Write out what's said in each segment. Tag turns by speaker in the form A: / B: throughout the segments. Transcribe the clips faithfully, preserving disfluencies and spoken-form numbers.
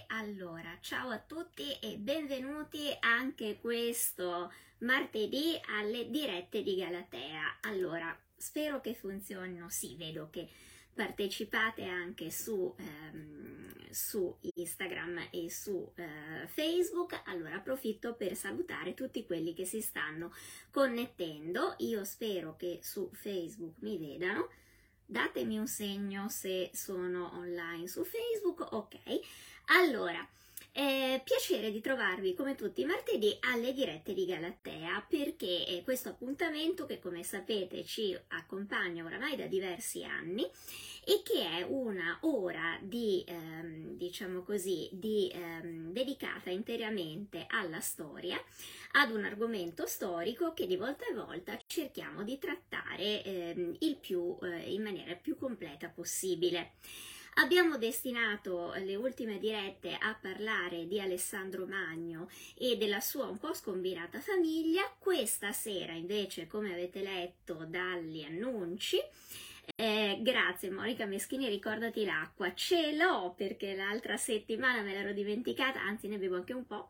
A: Allora, ciao a tutti e benvenuti anche questo martedì alle dirette di Galatea. Allora, spero che funzionino, sì, vedo che partecipate anche su, ehm, su Instagram e su eh, Facebook. Allora, approfitto per salutare tutti quelli che si stanno connettendo. Io spero che su Facebook mi vedano. Datemi un segno se sono online su Facebook, ok. Allora, eh, piacere di trovarvi come tutti i martedì alle dirette di Galatea, perché è questo appuntamento che, come sapete, ci accompagna oramai da diversi anni e che è una ora di, ehm, diciamo così, di, ehm, dedicata interamente alla storia, ad un argomento storico che di volta in volta cerchiamo di trattare ehm, il più, eh, in maniera più completa possibile. Abbiamo destinato le ultime dirette a parlare di Alessandro Magno e della sua un po' scombinata famiglia. Questa sera invece, come avete letto dagli annunci, eh, grazie Monica Meschini, ricordati l'acqua, ce l'ho perché l'altra settimana me l'ero dimenticata, anzi ne bevo anche un po'.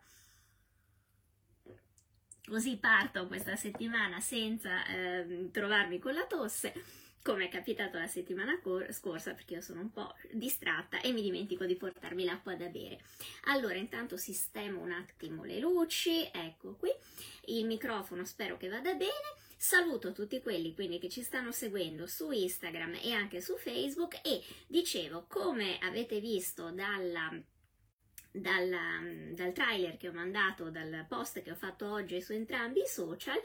A: Così parto questa settimana senza eh, trovarmi con la tosse, come è capitato la settimana scorsa, perché io sono un po' distratta e mi dimentico di portarmi l'acqua da bere. Allora, intanto sistemo un attimo le luci, ecco qui, il microfono spero che vada bene. Saluto tutti quelli quindi che ci stanno seguendo su Instagram e anche su Facebook e dicevo, come avete visto dalla... Dal, dal trailer che ho mandato, dal post che ho fatto oggi su entrambi i social,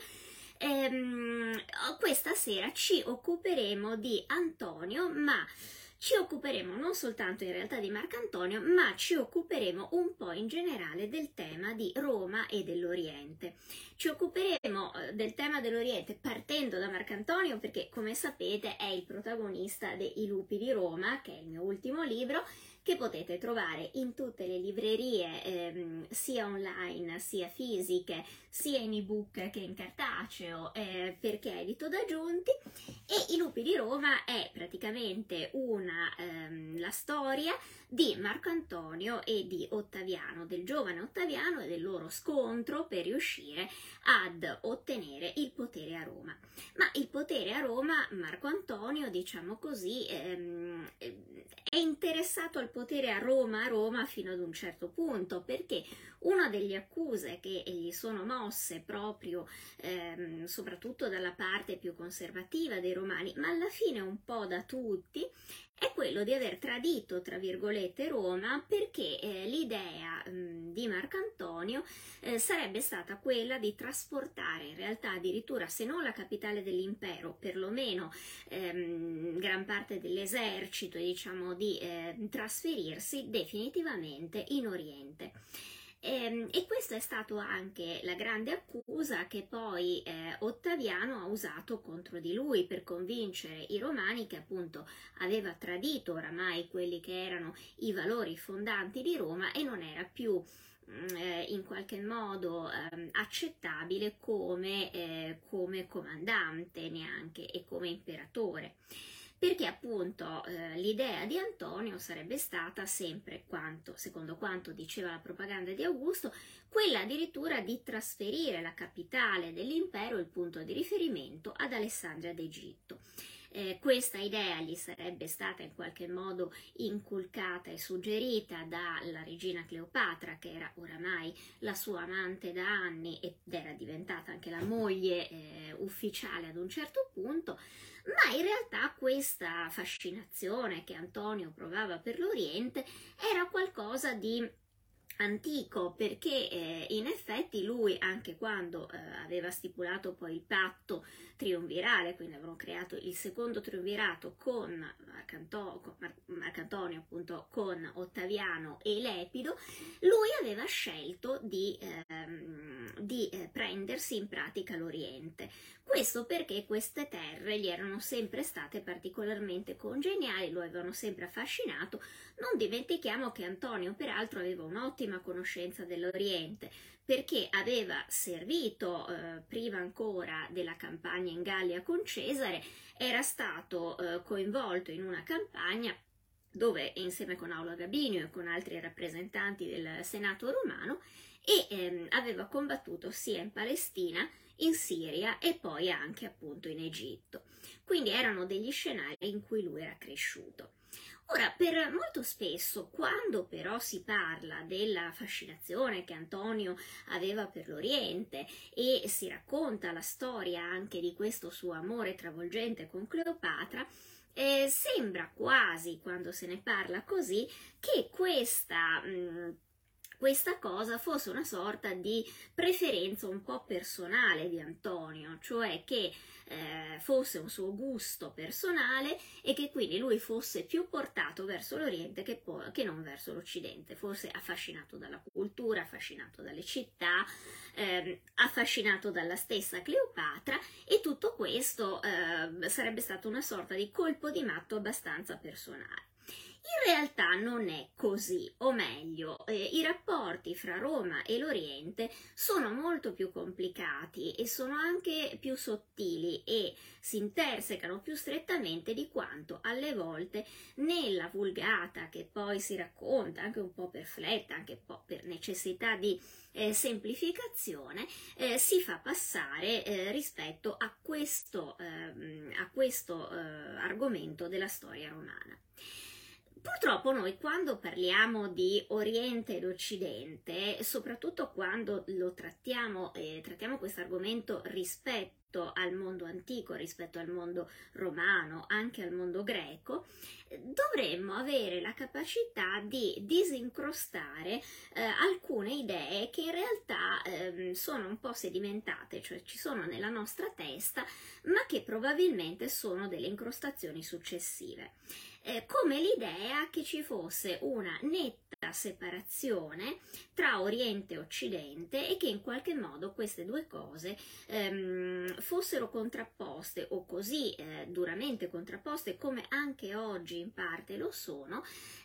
A: ehm, questa sera ci occuperemo di Antonio, ma ci occuperemo non soltanto in realtà di Marcantonio, ma ci occuperemo un po' in generale del tema di Roma e dell'Oriente. Ci occuperemo del tema dell'Oriente partendo da Marcantonio perché, come sapete, è il protagonista dei Lupi di Roma, che è il mio ultimo libro, che potete trovare in tutte le librerie, ehm, sia online sia fisiche, sia in ebook che in cartaceo, eh, perché è edito da Giunti. E I Lupi di Roma è praticamente una, ehm, la storia di Marco Antonio e di Ottaviano, del giovane Ottaviano e del loro scontro per riuscire ad ottenere il potere a Roma. Ma il potere a Roma, Marco Antonio, diciamo così, ehm, è interessato al potere a Roma, a Roma fino ad un certo punto, perché una delle accuse che gli sono mosse proprio, ehm, soprattutto dalla parte più conservativa dei romani, ma alla fine un po' da tutti, è quello di aver tradito, tra virgolette, Roma, perché eh, l'idea mh, di Marcantonio eh, sarebbe stata quella di trasportare in realtà addirittura, se non la capitale dell'impero, perlomeno ehm, gran parte dell'esercito, e diciamo di eh, trasferirsi definitivamente in Oriente. E, e questa è stata anche la grande accusa che poi eh, Ottaviano ha usato contro di lui per convincere i romani che appunto aveva tradito oramai quelli che erano i valori fondanti di Roma e non era più eh, in qualche modo eh, accettabile come, eh, come comandante neanche e come imperatore. Perché appunto eh, l'idea di Antonio sarebbe stata sempre, quanto, secondo quanto diceva la propaganda di Augusto, quella addirittura di trasferire la capitale dell'impero, il punto di riferimento, ad Alessandria d'Egitto. Eh, questa idea gli sarebbe stata in qualche modo inculcata e suggerita dalla regina Cleopatra, che era oramai la sua amante da anni ed era diventata anche la moglie eh, ufficiale ad un certo punto. Ma in realtà questa fascinazione che Antonio provava per l'Oriente era qualcosa di antico, perché eh, in effetti lui, anche quando eh, aveva stipulato poi il patto triumvirale, quindi avevano creato il secondo triumvirato con Marcantonio, con Mar- Marcantonio appunto con Ottaviano e Lepido, lui aveva scelto di, ehm, di eh, prendersi in pratica l'Oriente. Questo perché queste terre gli erano sempre state particolarmente congeniali, lo avevano sempre affascinato. Non dimentichiamo che Antonio peraltro aveva un'ottima conoscenza dell'Oriente, perché aveva servito eh, prima ancora della campagna in Gallia con Cesare, era stato eh, coinvolto in una campagna dove insieme con Aulio Gabinio e con altri rappresentanti del Senato romano, e ehm, aveva combattuto sia in Palestina, in Siria e poi anche appunto in Egitto. Quindi erano degli scenari in cui lui era cresciuto. Ora, per molto spesso, quando però si parla della fascinazione che Antonio aveva per l'Oriente e si racconta la storia anche di questo suo amore travolgente con Cleopatra, eh, sembra quasi, quando se ne parla così, che questa... Mh, questa cosa fosse una sorta di preferenza un po' personale di Antonio, cioè che eh, fosse un suo gusto personale e che quindi lui fosse più portato verso l'Oriente che, poi, che non verso l'Occidente, forse affascinato dalla cultura, affascinato dalle città, eh, affascinato dalla stessa Cleopatra, e tutto questo eh, sarebbe stato una sorta di colpo di matto abbastanza personale. In realtà non è così, o meglio, eh, i rapporti fra Roma e l'Oriente sono molto più complicati e sono anche più sottili e si intersecano più strettamente di quanto alle volte nella vulgata che poi si racconta, anche un po' per fletta, anche un po' per necessità di eh, semplificazione, eh, si fa passare eh, rispetto a questo, eh, a questo eh, argomento della storia romana. Purtroppo noi quando parliamo di Oriente ed Occidente, soprattutto quando lo trattiamo, eh, trattiamo questo argomento rispetto al mondo antico, rispetto al mondo romano, anche al mondo greco, dovremmo avere la capacità di disincrostare eh, alcune idee che in realtà eh, sono un po' sedimentate, cioè ci sono nella nostra testa, ma che probabilmente sono delle incrostazioni successive. Eh, come l'idea che ci fosse una netta separazione tra Oriente e Occidente e che in qualche modo queste due cose ehm, fossero contrapposte o così eh, duramente contrapposte come anche oggi in parte lo sono,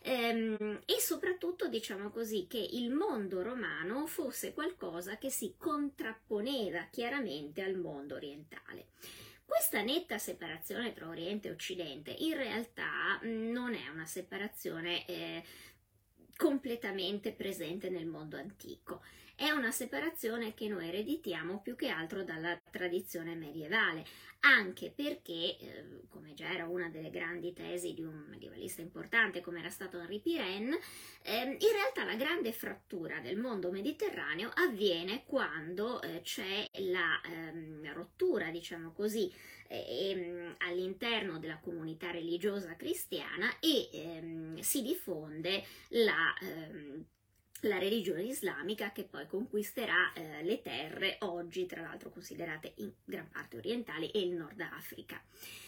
A: ehm, e soprattutto diciamo così che il mondo romano fosse qualcosa che si contrapponeva chiaramente al mondo orientale. Questa netta separazione tra Oriente e Occidente in realtà non è una separazione eh, completamente presente nel mondo antico, è una separazione che noi ereditiamo più che altro dalla tradizione medievale, anche perché, eh, come già era una delle grandi tesi di un medievalista importante come era stato Henri Pirenne, eh, in realtà la grande frattura del mondo mediterraneo avviene quando eh, c'è la ehm, rottura, diciamo così, eh, all'interno della comunità religiosa cristiana e ehm, si diffonde la ehm, la religione islamica che poi conquisterà eh, le terre oggi tra l'altro considerate in gran parte orientali e il Nord Africa.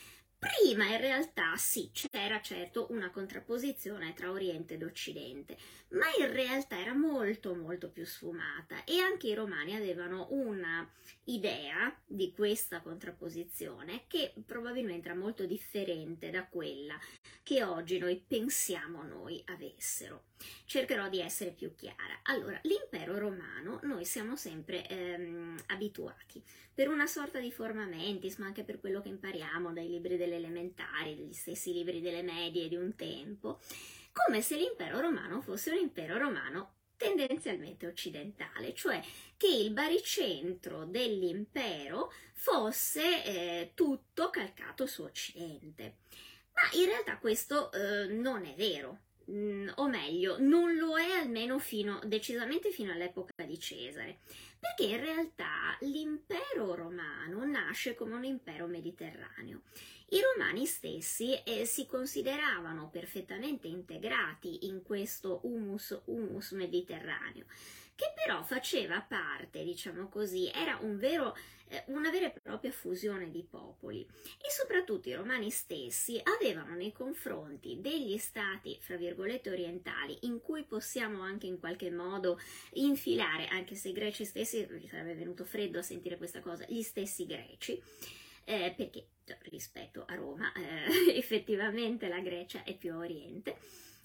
A: Prima in realtà sì, c'era certo una contrapposizione tra Oriente ed Occidente, ma in realtà era molto molto più sfumata e anche i romani avevano una idea di questa contrapposizione che probabilmente era molto differente da quella che oggi noi pensiamo noi avessero. Cercherò di essere più chiara. Allora, l'impero romano noi siamo sempre ehm, abituati per una sorta di forma mentis, ma anche per quello che impariamo dai libri delle elementari, dagli stessi libri delle medie di un tempo, come se l'impero romano fosse un impero romano tendenzialmente occidentale, cioè che il baricentro dell'impero fosse eh, tutto calcato su Occidente. Ma in realtà questo eh, non è vero. Mm, o meglio, non lo è almeno fino, decisamente fino all'epoca di Cesare, perché in realtà l'impero romano nasce come un impero mediterraneo. I romani stessi eh, si consideravano perfettamente integrati in questo humus, humus mediterraneo, che però faceva parte, diciamo così, era un vero, eh, una vera e propria fusione di popoli e soprattutto i romani stessi avevano nei confronti degli stati, fra virgolette, orientali, in cui possiamo anche in qualche modo infilare, anche se i greci stessi, gli sarebbe venuto freddo a sentire questa cosa, gli stessi greci, eh, perché rispetto a Roma eh, effettivamente la Grecia è più a oriente,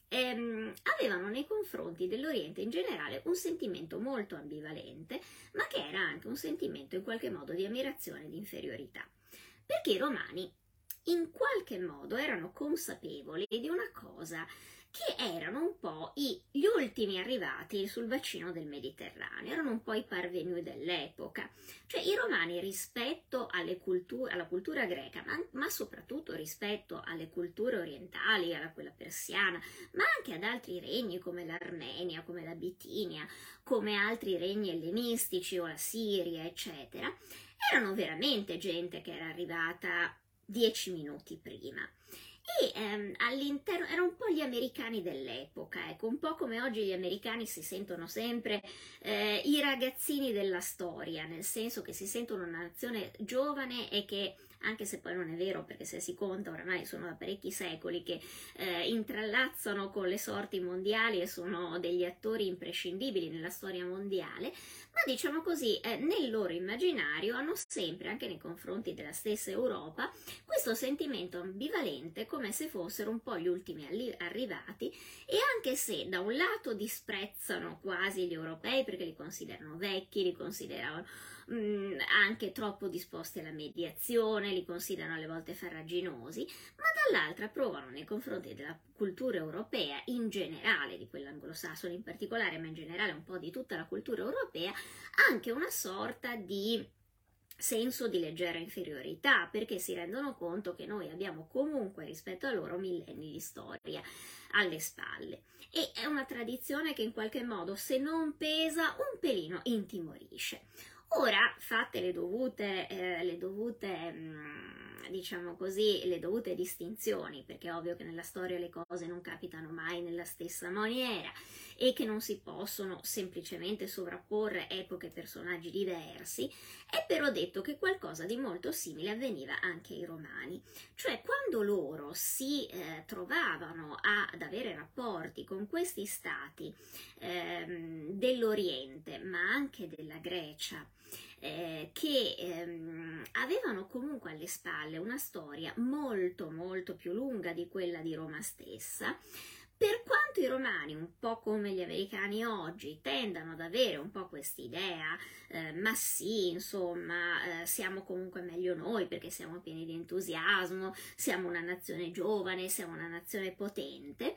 A: ehm, avevano nei confronti dell'Oriente in generale un sentimento molto ambivalente, ma che era anche un sentimento in qualche modo di ammirazione e di inferiorità, perché i romani in qualche modo erano consapevoli di una cosa, che erano un po' i, gli ultimi arrivati sul bacino del Mediterraneo, erano un po' i parvenu dell'epoca. Cioè i romani rispetto alle culture, alla cultura greca, ma, ma soprattutto rispetto alle culture orientali, alla quella persiana, ma anche ad altri regni come l'Armenia, come la Bitinia, come altri regni ellenistici o la Siria, eccetera, erano veramente gente che era arrivata dieci minuti prima. E ehm, all'interno erano un po' gli americani dell'epoca, ecco, un po' come oggi gli americani si sentono sempre eh, i ragazzini della storia, nel senso che si sentono una nazione giovane e che, anche se poi non è vero, perché se si conta oramai sono da parecchi secoli che eh, intrallazzano con le sorti mondiali e sono degli attori imprescindibili nella storia mondiale, ma diciamo così, eh, nel loro immaginario hanno sempre, anche nei confronti della stessa Europa, questo sentimento ambivalente, come se fossero un po' gli ultimi arrivati, e anche se da un lato disprezzano quasi gli europei perché li considerano vecchi, li consideravano mh, anche troppo disposti alla mediazione, li considerano alle volte farraginosi, ma dall'altra provano nei confronti della cultura europea in generale, di quella anglosassone in particolare, ma in generale un po' di tutta la cultura europea, anche una sorta di senso di leggera inferiorità, perché si rendono conto che noi abbiamo comunque rispetto a loro millenni di storia alle spalle, e è una tradizione che in qualche modo, se non pesa, un pelino intimorisce. Ora, fatte le dovute, eh, le dovute mh, diciamo così, le dovute distinzioni, perché è ovvio che nella storia le cose non capitano mai nella stessa maniera e che non si possono semplicemente sovrapporre epoche e personaggi diversi, è però detto che qualcosa di molto simile avveniva anche ai romani. Cioè, quando loro si eh, trovavano a, ad avere rapporti con questi stati ehm, dell'Oriente, ma anche della Grecia, Eh, che ehm, avevano comunque alle spalle una storia molto molto più lunga di quella di Roma stessa, per quanto i romani, un po' come gli americani oggi, tendano ad avere un po' quest'idea, eh, ma sì, insomma, eh, siamo comunque meglio noi perché siamo pieni di entusiasmo, siamo una nazione giovane, siamo una nazione potente,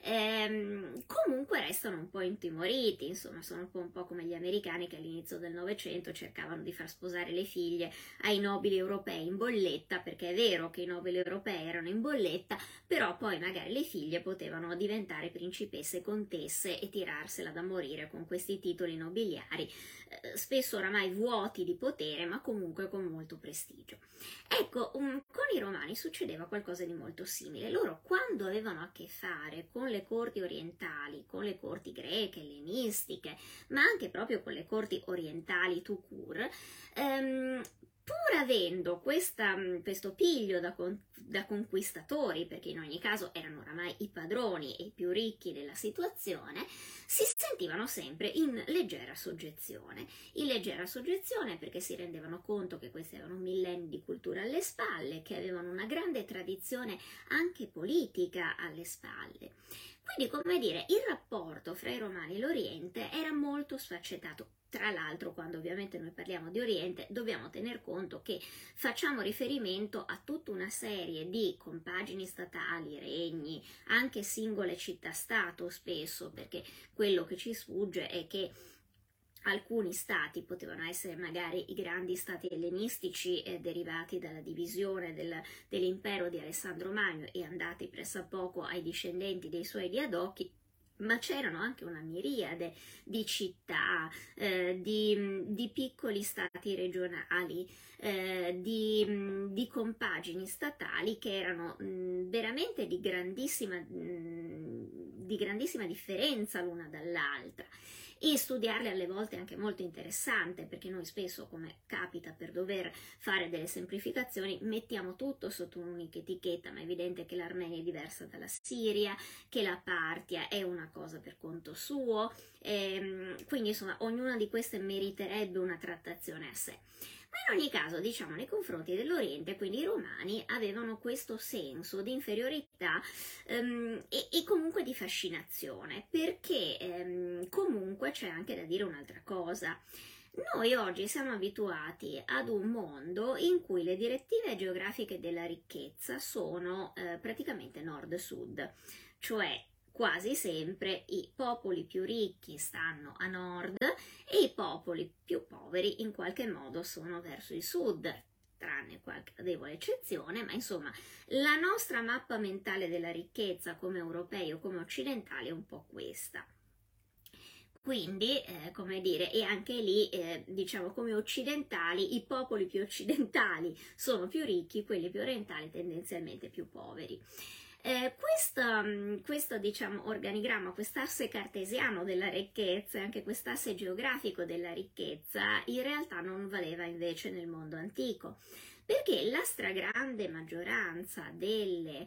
A: ehm, comunque restano un po' intimoriti, insomma, sono un po', un po' come gli americani che all'inizio del Novecento cercavano di far sposare le figlie ai nobili europei in bolletta, perché è vero che i nobili europei erano in bolletta, però poi magari le figlie potevano diventare diventare principesse e contesse e tirarsela da morire con questi titoli nobiliari, eh, spesso oramai vuoti di potere, ma comunque con molto prestigio. Ecco, um, con i romani succedeva qualcosa di molto simile. Loro, quando avevano a che fare con le corti orientali, con le corti greche, ellenistiche, ma anche proprio con le corti orientali tout court, ehm, pur avendo questa, questo piglio da, con, da conquistatori, perché in ogni caso erano oramai i padroni e i più ricchi della situazione, si sentivano sempre in leggera soggezione. In leggera soggezione perché si rendevano conto che questi erano millenni di cultura alle spalle, che avevano una grande tradizione anche politica alle spalle. Quindi, come dire, il rapporto fra i romani e l'Oriente era molto sfaccettato. Tra l'altro, quando ovviamente noi parliamo di Oriente, dobbiamo tener conto che facciamo riferimento a tutta una serie di compagini statali, regni, anche singole città-stato spesso, perché quello che ci sfugge è che alcuni stati potevano essere magari i grandi stati ellenistici eh, derivati dalla divisione del, dell'impero di Alessandro Magno e andati pressappoco ai discendenti dei suoi diadochi, ma c'erano anche una miriade di città, eh, di, di piccoli stati regionali, eh, di, di compagini statali che erano mh, veramente di grandissima, mh, di grandissima differenza l'una dall'altra. E studiarle alle volte è anche molto interessante, perché noi spesso, come capita per dover fare delle semplificazioni, mettiamo tutto sotto un'unica etichetta, ma è evidente che l'Armenia è diversa dalla Siria, che la Partia è una cosa per conto suo, ehm, quindi insomma ognuna di queste meriterebbe una trattazione a sé. Ma in ogni caso, diciamo, nei confronti dell'Oriente, quindi i romani avevano questo senso di inferiorità um, e, e comunque di fascinazione, perché um, comunque c'è anche da dire un'altra cosa. Noi oggi siamo abituati ad un mondo in cui le direttive geografiche della ricchezza sono eh, praticamente nord-sud, cioè quasi sempre i popoli più ricchi stanno a nord e i popoli più poveri in qualche modo sono verso il sud, tranne qualche gradevole eccezione, ma insomma la nostra mappa mentale della ricchezza come europei o come occidentali è un po' questa. Quindi, eh, come dire, e anche lì, eh, diciamo, come occidentali, i popoli più occidentali sono più ricchi, quelli più orientali tendenzialmente più poveri. Eh, questa, questo, diciamo, organigramma, quest'asse cartesiano della ricchezza e anche quest'asse geografico della ricchezza, in realtà non valeva invece nel mondo antico, perché la stragrande maggioranza delle,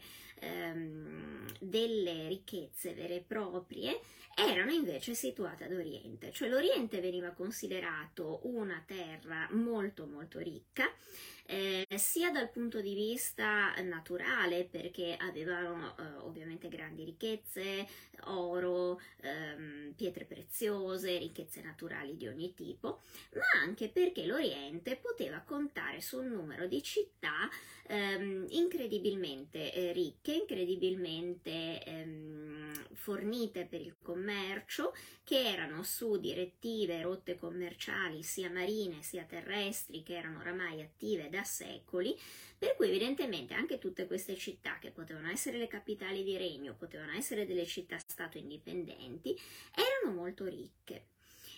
A: ehm, delle ricchezze vere e proprie erano invece situate ad Oriente, cioè l'Oriente veniva considerato una terra molto molto ricca, eh, sia dal punto di vista naturale, perché avevano eh, ovviamente grandi ricchezze, oro, ehm, pietre preziose, ricchezze naturali di ogni tipo, ma anche perché l'Oriente poteva contare su un numero di città ehm, incredibilmente eh, ricche, incredibilmente ehm, fornite per il commercio, che erano su direttive, rotte commerciali sia marine sia terrestri, che erano oramai attive da secoli, per cui evidentemente anche tutte queste città, che potevano essere le capitali di regno, potevano essere delle città-stato indipendenti, erano molto ricche.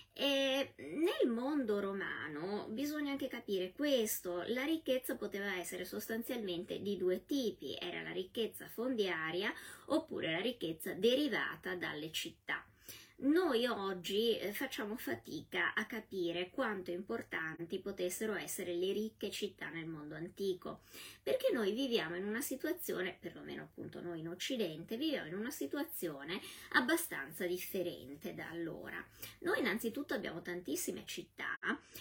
A: E nel mondo romano bisogna anche capire questo: la ricchezza poteva essere sostanzialmente di due tipi, era la ricchezza fondiaria oppure la ricchezza derivata dalle città. Noi oggi facciamo fatica a capire quanto importanti potessero essere le ricche città nel mondo antico, perché noi viviamo in una situazione, perlomeno appunto noi in Occidente, viviamo in una situazione abbastanza differente da allora. Noi innanzitutto abbiamo tantissime città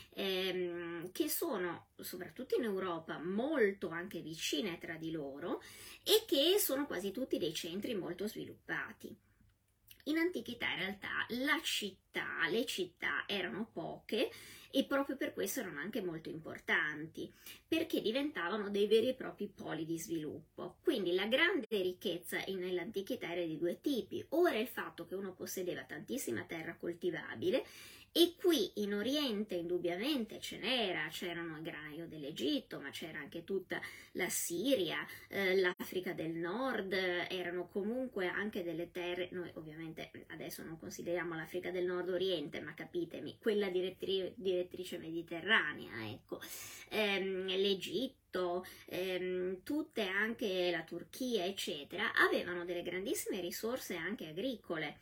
A: ehm, che sono, soprattutto in Europa, molto anche vicine tra di loro e che sono quasi tutti dei centri molto sviluppati. In antichità in realtà la città, le città erano poche e proprio per questo erano anche molto importanti, perché diventavano dei veri e propri poli di sviluppo. Quindi la grande ricchezza nell'antichità era di due tipi: o era il fatto che uno possedeva tantissima terra coltivabile, e qui in Oriente indubbiamente ce n'era, c'erano il granaio dell'Egitto, ma c'era anche tutta la Siria, eh, l'Africa del Nord, erano comunque anche delle terre, noi ovviamente adesso non consideriamo l'Africa del Nord Oriente, ma capitemi, quella direttri- direttrice mediterranea, ecco, ehm, l'Egitto, ehm, tutte anche la Turchia, eccetera, avevano delle grandissime risorse anche agricole.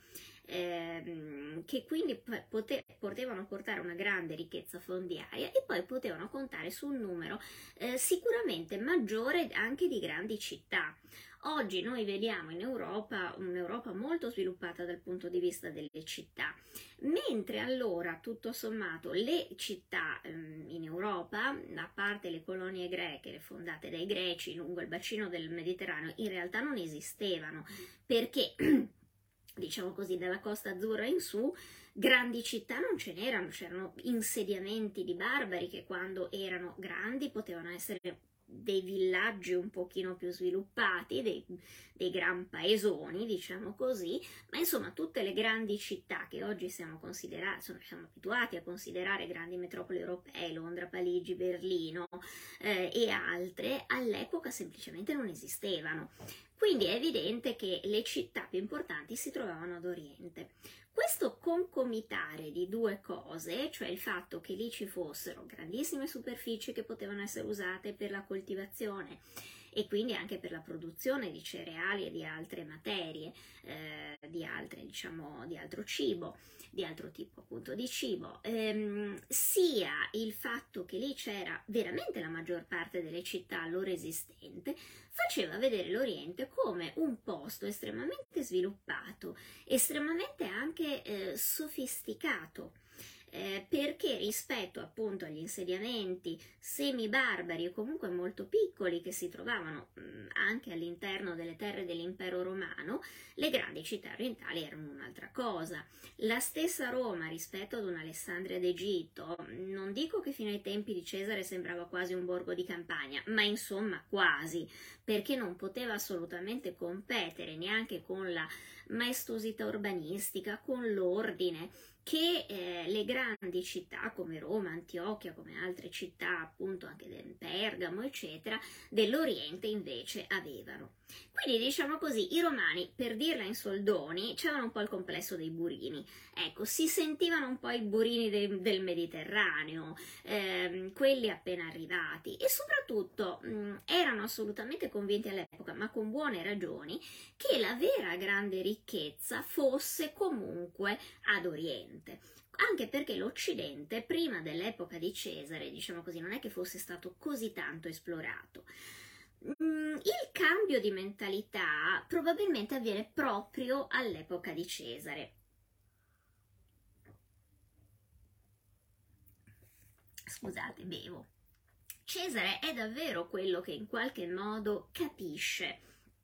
A: Ehm, che quindi pote- potevano portare una grande ricchezza fondiaria e poi potevano contare su un numero eh, sicuramente maggiore anche di grandi città. Oggi noi vediamo in Europa un'Europa molto sviluppata dal punto di vista delle città, mentre allora tutto sommato le città ehm, in Europa, a parte le colonie greche fondate dai greci lungo il bacino del Mediterraneo, in realtà non esistevano, perché diciamo così, dalla Costa Azzurra in su, grandi città non ce n'erano, c'erano insediamenti di barbari che quando erano grandi potevano essere dei villaggi un pochino più sviluppati, dei, dei gran paesoni, diciamo così, ma insomma tutte le grandi città che oggi siamo considerate, sono, siamo abituati a considerare grandi metropoli europee, Londra, Parigi, Berlino eh, e altre, all'epoca semplicemente non esistevano. Quindi è evidente che le città più importanti si trovavano ad Oriente. Questo concomitare di due cose, cioè il fatto che lì ci fossero grandissime superfici che potevano essere usate per la coltivazione e quindi anche per la produzione di cereali e di altre materie, eh, di, altre, diciamo, di altro cibo, di altro tipo appunto di cibo, ehm, sia il fatto che lì c'era veramente la maggior parte delle città allora esistente, faceva vedere l'Oriente come un posto estremamente sviluppato, estremamente anche eh, sofisticato. eh, perché rispetto appunto agli insediamenti semi-barbari e comunque molto piccoli che si trovavano mh, anche all'interno delle terre dell'impero romano, le grandi città orientali erano un'altra cosa. La stessa Roma rispetto ad un'Alessandria d'Egitto, non dico che fino ai tempi di Cesare sembrava quasi un borgo di campagna, ma insomma quasi, perché non poteva assolutamente competere neanche con la maestosità urbanistica, con l'ordine che eh, le grandi città come Roma, Antiochia, come altre città appunto anche del Pergamo eccetera dell'Oriente invece avevano. Quindi diciamo così, i romani, per dirla in soldoni, c'erano un po' il complesso dei burini, ecco, si sentivano un po' i burini de- del Mediterraneo, ehm, quelli appena arrivati, e soprattutto mh, erano assolutamente convinti all'epoca, ma con buone ragioni, che la vera grande ricchezza fosse comunque ad Oriente. Anche perché l'Occidente, prima dell'epoca di Cesare, diciamo così, non è che fosse stato così tanto esplorato. Il cambio di mentalità probabilmente avviene proprio all'epoca di Cesare. Scusate, bevo. Cesare è davvero quello che in qualche modo capisce,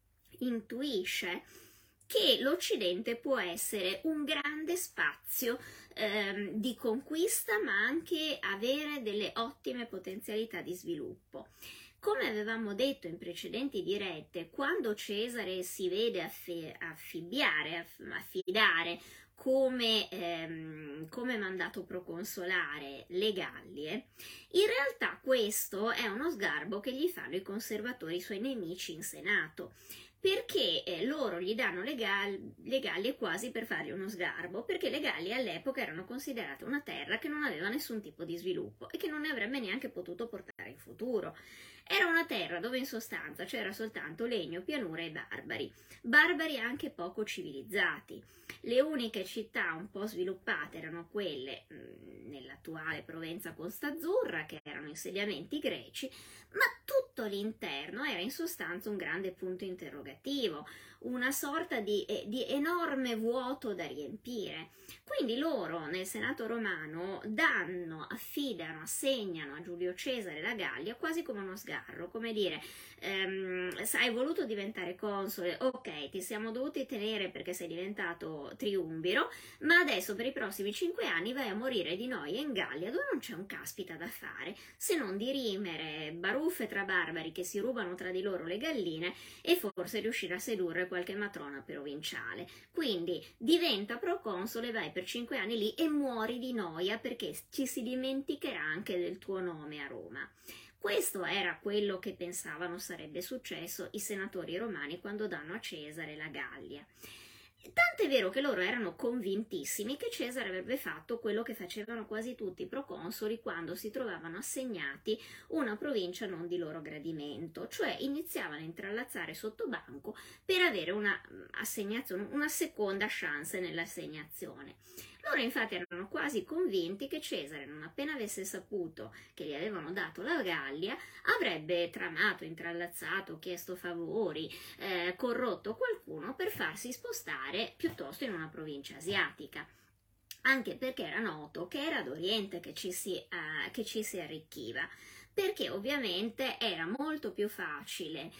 A: intuisce che l'Occidente può essere un grande spazio ehm, di conquista, ma anche avere delle ottime potenzialità di sviluppo. Come avevamo detto in precedenti dirette, quando Cesare si vede affi- affibbiare, aff- affidare come, ehm, come mandato proconsolare le Gallie, in realtà questo è uno sgarbo che gli fanno i conservatori, i suoi nemici in Senato, perché eh, loro gli danno le, Gall- le Gallie quasi per fargli uno sgarbo, perché le Gallie all'epoca erano considerate una terra che non aveva nessun tipo di sviluppo e che non ne avrebbe neanche potuto portare in futuro. Era una terra dove in sostanza c'era soltanto legno, pianura e barbari, barbari anche poco civilizzati. Le uniche città un po' sviluppate erano quelle mh, nell'attuale Provenza Costa Azzurra, che erano insediamenti greci, ma tutto l'interno era in sostanza un grande punto interrogativo, una sorta di, eh, di enorme vuoto da riempire. Quindi loro nel Senato romano danno, affidano, assegnano a Giulio Cesare la Gallia quasi come uno sgarro, come dire, ehm, hai voluto diventare console, ok, ti siamo dovuti tenere perché sei diventato triumviro, ma adesso per i prossimi cinque anni vai a morire di noia in Gallia dove non c'è un caspita da fare, se non dirimere baruffe tra barbari che si rubano tra di loro le galline e forse riuscire a sedurre qualche matrona provinciale. Quindi diventa proconsole, vai per cinque anni lì e muori di noia perché ci si dimenticherà anche del tuo nome a Roma. Questo era quello che pensavano sarebbe successo i senatori romani quando danno a Cesare la Gallia. Tant'è vero che loro erano convintissimi che Cesare avrebbe fatto quello che facevano quasi tutti i proconsoli quando si trovavano assegnati una provincia non di loro gradimento, cioè iniziavano a intrallazzare sotto banco per avere una assegnazione, una seconda chance nell'assegnazione. Loro infatti erano quasi convinti che Cesare, non appena avesse saputo che gli avevano dato la Gallia, avrebbe tramato, intrallazzato, chiesto favori, eh, corrotto qualcuno per farsi spostare piuttosto in una provincia asiatica. Anche perché era noto che era d'Oriente che ci si, eh, che ci si arricchiva, perché ovviamente era molto più facile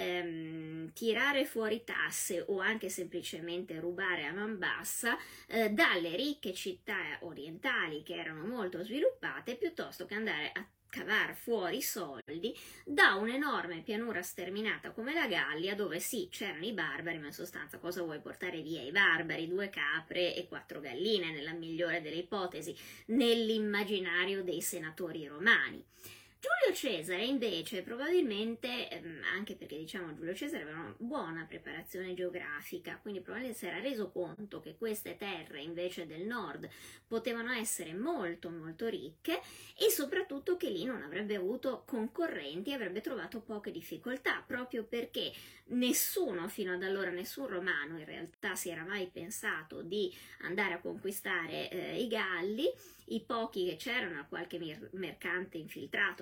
A: ehm, tirare fuori tasse o anche semplicemente rubare a man bassa eh, dalle ricche città orientali che erano molto sviluppate piuttosto che andare a cavar fuori soldi da un'enorme pianura sterminata come la Gallia, dove sì, c'erano i barbari, ma in sostanza cosa vuoi portare via i barbari? Due capre e quattro galline, nella migliore delle ipotesi, nell'immaginario dei senatori romani. Giulio Cesare invece probabilmente, ehm, anche perché diciamo Giulio Cesare aveva una buona preparazione geografica, quindi probabilmente si era reso conto che queste terre invece del nord potevano essere molto molto ricche e soprattutto che lì non avrebbe avuto concorrenti, avrebbe trovato poche difficoltà, proprio perché nessuno fino ad allora, nessun romano in realtà si era mai pensato di andare a conquistare eh, i Galli. I pochi che c'erano, qualche mercante infiltrato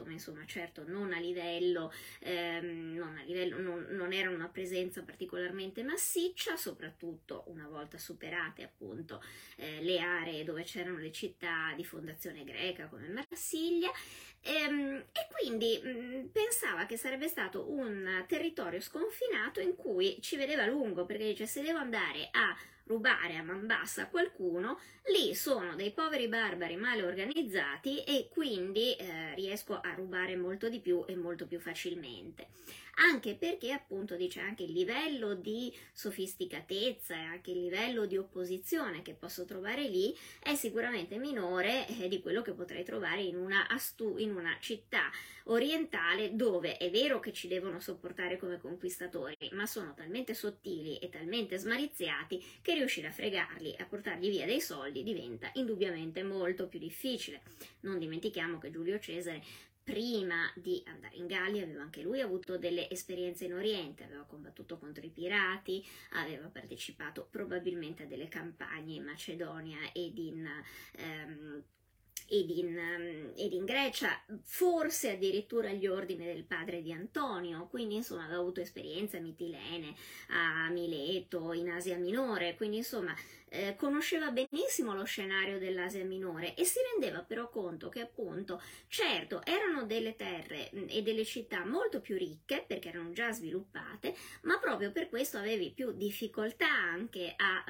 A: ma insomma certo non a livello, ehm, non, a livello non, non era una presenza particolarmente massiccia, soprattutto una volta superate appunto eh, le aree dove c'erano le città di fondazione greca come Marsiglia. Ehm, e quindi mh, pensava che sarebbe stato un territorio sconfinato in cui ci vedeva lungo, perché dice: se devo andare a rubare a man bassa a qualcuno, lì sono dei poveri barbari male organizzati e quindi eh, riesco a rubare molto di più e molto più facilmente. Anche perché appunto dice anche il livello di sofisticatezza e anche il livello di opposizione che posso trovare lì è sicuramente minore eh, di quello che potrei trovare in una, astu- in una città orientale, dove è vero che ci devono sopportare come conquistatori, ma sono talmente sottili e talmente smaliziati che riuscire a fregarli, a portargli via dei soldi diventa indubbiamente molto più difficile. Non dimentichiamo che Giulio Cesare, prima di andare in Gallia, aveva anche lui avuto delle esperienze in Oriente, aveva combattuto contro i pirati, aveva partecipato probabilmente a delle campagne in Macedonia ed in, ehm, ed in, um, ed in Grecia, forse addirittura agli ordini del padre di Antonio, quindi insomma aveva avuto esperienze a Mitilene, a Mileto, in Asia Minore, quindi insomma eh, conosceva benissimo lo scenario dell'Asia Minore e si rendeva però conto che appunto, certo, erano delle terre mh, e delle città molto più ricche perché erano già sviluppate, ma proprio per questo avevi più difficoltà anche a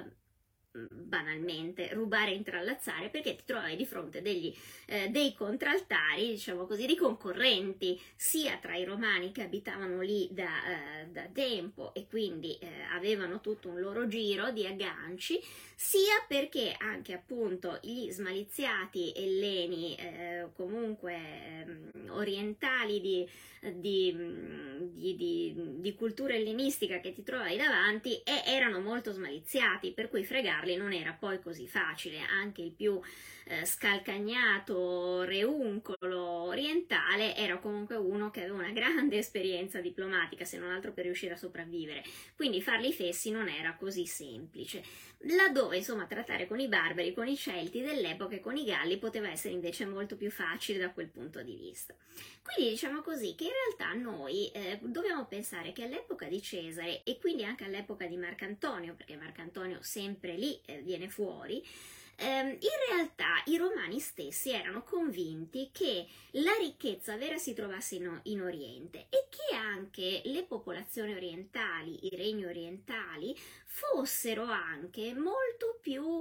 A: banalmente rubare e intrallazzare, perché ti trovavi di fronte degli, eh, dei contraltari, diciamo così, di concorrenti sia tra i romani che abitavano lì da, eh, da tempo e quindi eh, avevano tutto un loro giro di agganci, sia perché anche appunto gli smaliziati elleni eh, comunque eh, orientali di, di, di, di, di cultura ellenistica che ti trovavi davanti e erano molto smaliziati, per cui fregarli non era poi così facile. Anche il più eh, scalcagnato reuncolo orientale era comunque uno che aveva una grande esperienza diplomatica, se non altro per riuscire a sopravvivere, quindi farli fessi non era così semplice, laddove insomma trattare con i barbari, con i celti dell'epoca e con i galli poteva essere invece molto più facile da quel punto di vista. Quindi diciamo così che in realtà noi eh, dobbiamo pensare che all'epoca di Cesare e quindi anche all'epoca di Marcantonio, perché Marcantonio sempre lì eh, viene fuori, ehm, in realtà i romani stessi erano convinti che la ricchezza vera si trovasse in, in Oriente e che anche le popolazioni orientali, i regni orientali, fossero anche molto più,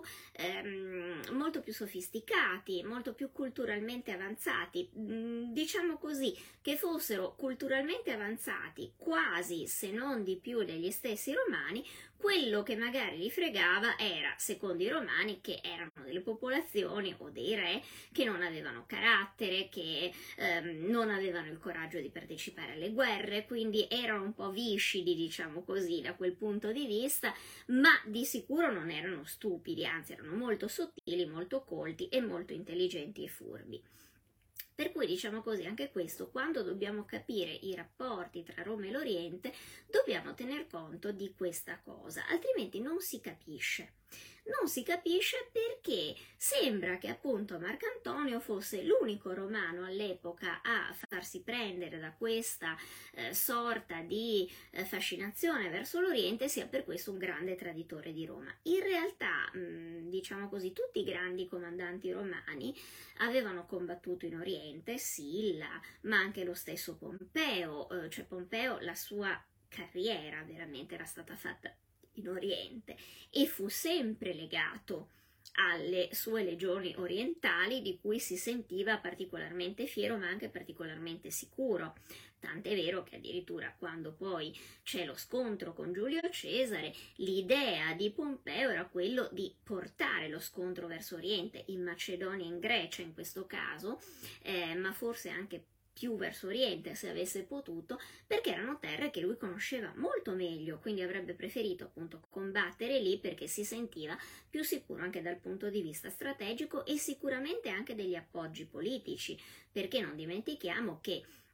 A: ehm, molto più sofisticati, molto più culturalmente avanzati, diciamo così, che fossero culturalmente avanzati quasi se non di più degli stessi romani. Quello che magari li fregava era, secondo i romani, che erano delle popolazioni o dei re che non avevano carattere, che ehm, non avevano il coraggio di partecipare alle guerre, quindi erano un po' viscidi, diciamo così, da quel punto di vista, ma di sicuro non erano stupidi, anzi erano molto sottili, molto colti e molto intelligenti e furbi. Per cui diciamo così, anche questo, quando dobbiamo capire i rapporti tra Roma e l'Oriente, dobbiamo tener conto di questa cosa, altrimenti non si capisce. Non si capisce perché sembra che appunto Marcantonio fosse l'unico romano all'epoca a farsi prendere da questa eh, sorta di eh, fascinazione verso l'Oriente, sia per questo un grande traditore di Roma. In realtà, mh, diciamo così, tutti i grandi comandanti romani avevano combattuto in Oriente, Silla, ma anche lo stesso Pompeo, eh, cioè Pompeo, la sua carriera veramente era stata fatta in Oriente e fu sempre legato alle sue legioni orientali, di cui si sentiva particolarmente fiero ma anche particolarmente sicuro. Tant'è vero che addirittura quando poi c'è lo scontro con Giulio Cesare, l'idea di Pompeo era quello di portare lo scontro verso Oriente, in Macedonia e in Grecia in questo caso, eh, ma forse anche più verso Oriente se avesse potuto, perché erano terre che lui conosceva molto meglio, quindi avrebbe preferito appunto combattere lì perché si sentiva più sicuro anche dal punto di vista strategico e sicuramente anche degli appoggi politici, perché non dimentichiamo che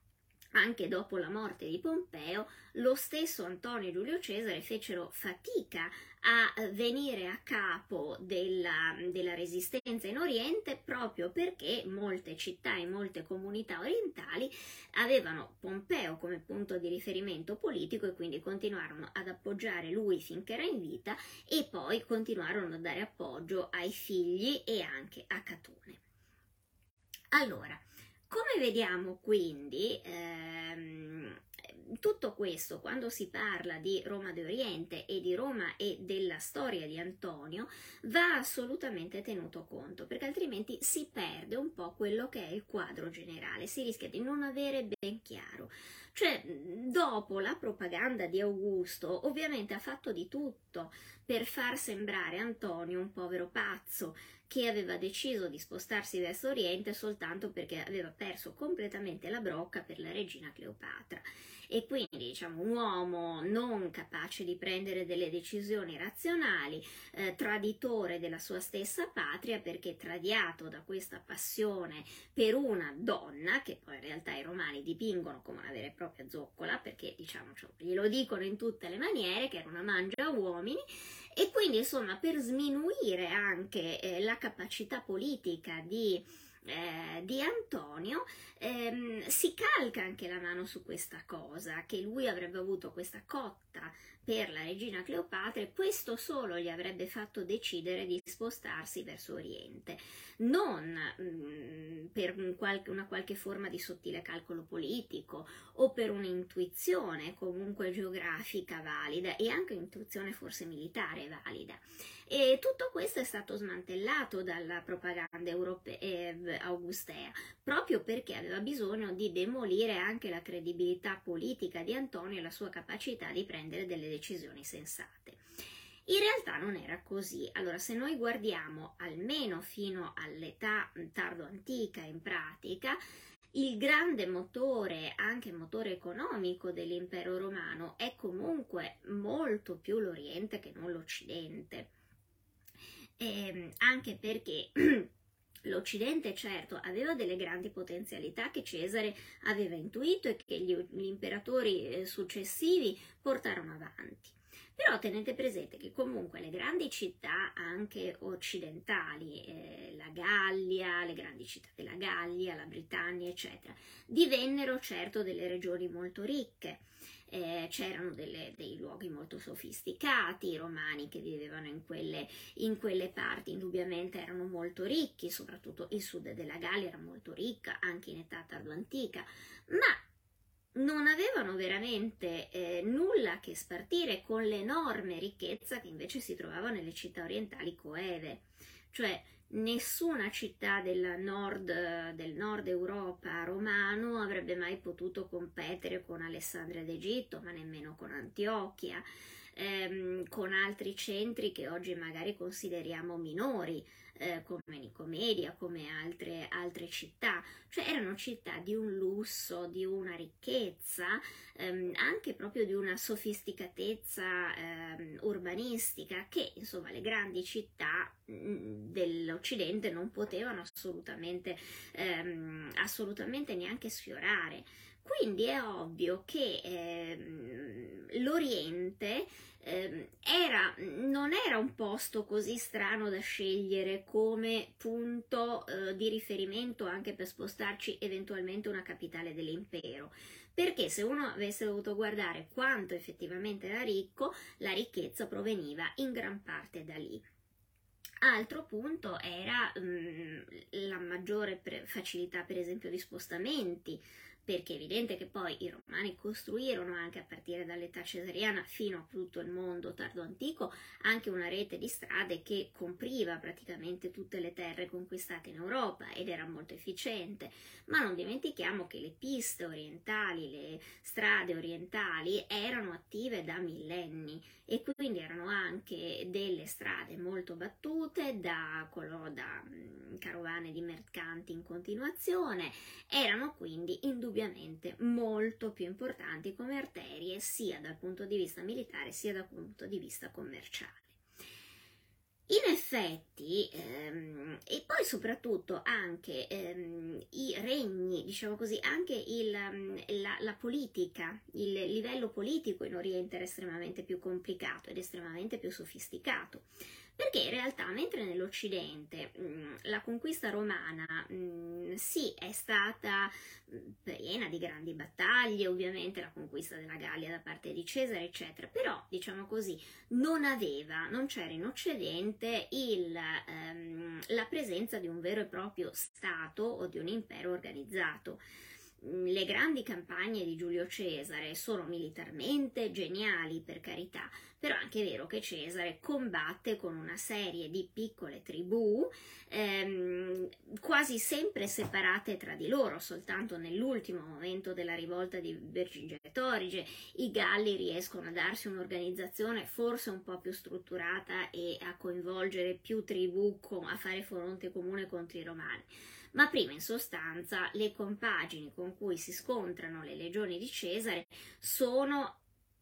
A: anche dopo la morte di Pompeo, lo stesso Antonio e Giulio Cesare fecero fatica a venire a capo della, della resistenza in Oriente, proprio perché molte città e molte comunità orientali avevano Pompeo come punto di riferimento politico e quindi continuarono ad appoggiare lui finché era in vita e poi continuarono a dare appoggio ai figli e anche a Catone. Allora, come vediamo quindi, ehm, tutto questo, quando si parla di Roma d'Oriente e di Roma e della storia di Antonio, va assolutamente tenuto conto, perché altrimenti si perde un po' quello che è il quadro generale, si rischia di non avere ben chiaro. Cioè, dopo la propaganda di Augusto, ovviamente ha fatto di tutto per far sembrare Antonio un povero pazzo, che aveva deciso di spostarsi verso Oriente soltanto perché aveva perso completamente la brocca per la regina Cleopatra. E quindi, diciamo, un uomo non capace di prendere delle decisioni razionali, eh, traditore della sua stessa patria, perché tradiato da questa passione per una donna, che poi in realtà i romani dipingono come una vera e propria zoccola, perché, diciamo, cioè, glielo dicono in tutte le maniere, che era una mangia uomini. E quindi, insomma, per sminuire anche eh, la capacità politica di, eh, di Antonio, ehm, si calca anche la mano su questa cosa, che lui avrebbe avuto questa cotta per la regina Cleopatra e questo solo gli avrebbe fatto decidere di spostarsi verso Oriente, non mh, per un qualche, una qualche forma di sottile calcolo politico o per un'intuizione comunque geografica valida e anche un'intuizione forse militare valida. E tutto questo è stato smantellato dalla propaganda europea, eh, augustea, proprio perché aveva bisogno di demolire anche la credibilità politica di Antonio e la sua capacità di prendere delle decisioni sensate. In realtà non era così. Allora, se noi guardiamo almeno fino all'età tardo-antica in pratica, il grande motore, anche motore economico dell'impero romano, è comunque molto più l'Oriente che non l'Occidente. Eh, anche perché l'Occidente, certo, aveva delle grandi potenzialità che Cesare aveva intuito e che gli, gli imperatori successivi portarono avanti. Però tenete presente che comunque le grandi città anche occidentali, eh, la Gallia, le grandi città della Gallia, la Britannia, eccetera, divennero certo delle regioni molto ricche. Eh, c'erano delle, dei luoghi molto sofisticati, i romani che vivevano in quelle, in quelle parti indubbiamente erano molto ricchi, soprattutto il sud della Gallia era molto ricca, anche in età tardo-antica, ma non avevano veramente eh, nulla a che spartire con l'enorme ricchezza che invece si trovava nelle città orientali coeve, cioè nessuna città del nord, del nord Europa romano avrebbe mai potuto competere con Alessandria d'Egitto, ma nemmeno con Antiochia, ehm, con altri centri che oggi magari consideriamo minori, eh, come Nicomedia, come altre, altre città. Cioè erano città di un lusso, di una ricchezza, ehm, anche proprio di una sofisticatezza ehm, urbanistica che insomma le grandi città mh, dell'Occidente non potevano assolutamente, ehm, assolutamente neanche sfiorare. Quindi è ovvio che ehm, l'Oriente ehm, era, non era un posto così strano da scegliere come punto eh, di riferimento anche per spostarci eventualmente una capitale dell'impero, perché se uno avesse dovuto guardare quanto effettivamente era ricco, la ricchezza proveniva in gran parte da lì. Altro punto era mh, la maggiore pre- facilità per esempio di spostamenti, perché è evidente che poi i romani costruirono anche a partire dall'età cesariana fino a tutto il mondo tardo antico anche una rete di strade che compriva praticamente tutte le terre conquistate in Europa ed era molto efficiente, ma non dimentichiamo che le piste orientali, le strade orientali erano attive da millenni e quindi erano anche delle strade molto battute da, da carovane di mercanti in continuazione, erano quindi indubbiamente molto più importanti come arterie sia dal punto di vista militare sia dal punto di vista commerciale. In effetti, ehm, e poi soprattutto anche ehm, i regni, diciamo così, anche il, um, la, la politica, il livello politico in Oriente era estremamente più complicato ed estremamente più sofisticato. Perché in realtà, mentre nell'Occidente mh, la conquista romana mh, sì è stata mh, piena di grandi battaglie, ovviamente la conquista della Gallia da parte di Cesare, eccetera, però diciamo così non aveva, non c'era in Occidente il, ehm, la presenza di un vero e proprio Stato o di un impero organizzato. Le grandi campagne di Giulio Cesare sono militarmente geniali, per carità, però è anche vero che Cesare combatte con una serie di piccole tribù ehm, quasi sempre separate tra di loro. Soltanto nell'ultimo momento della rivolta di Vercingetorige i Galli riescono a darsi un'organizzazione forse un po' più strutturata e a coinvolgere più tribù a fare fronte comune contro i Romani. Ma prima, in sostanza, le compagini con cui si scontrano le legioni di Cesare sono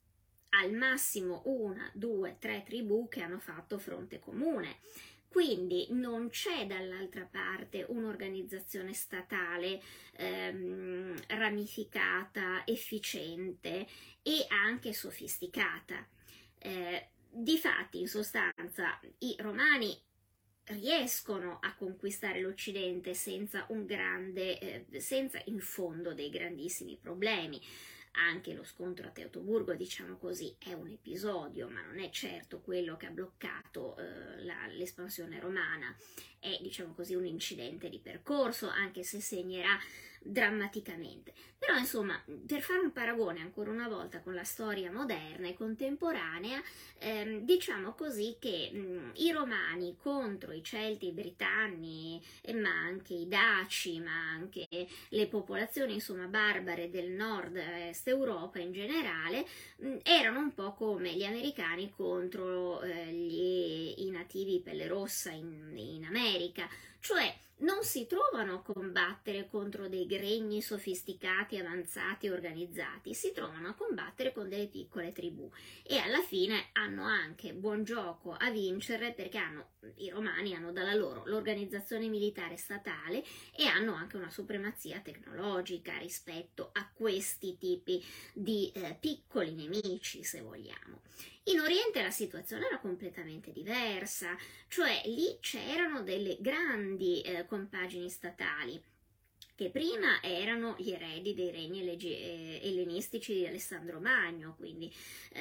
A: al massimo una, due, tre tribù che hanno fatto fronte comune. Quindi non c'è dall'altra parte un'organizzazione statale ehm, ramificata, efficiente e anche sofisticata. Eh, difatti, in sostanza, i romani riescono a conquistare l'Occidente senza un grande, eh, senza in fondo dei grandissimi problemi. Anche lo scontro a Teutoburgo, diciamo così, è un episodio, ma non è certo quello che ha bloccato eh, la, l'espansione romana. È, diciamo così, un incidente di percorso, anche se segnerà drammaticamente. Però, insomma, per fare un paragone ancora una volta con la storia moderna e contemporanea, ehm, diciamo così che mh, i Romani contro i Celti, i Britanni, eh, ma anche i Daci, ma anche le popolazioni, insomma, barbare del nord-est Europa in generale, mh, erano un po' come gli americani contro eh, gli, i nativi pelle rossa in, in America, cioè non si trovano a combattere contro dei regni sofisticati, avanzati e organizzati, si trovano a combattere con delle piccole tribù e alla fine hanno anche buon gioco a vincere, perché hanno, i romani hanno dalla loro l'organizzazione militare statale e hanno anche una supremazia tecnologica rispetto a questi tipi di eh, piccoli nemici, se vogliamo. In Oriente la situazione era completamente diversa, cioè lì c'erano delle grandi eh, compagini statali che prima erano gli eredi dei regni ellenistici di Alessandro Magno, quindi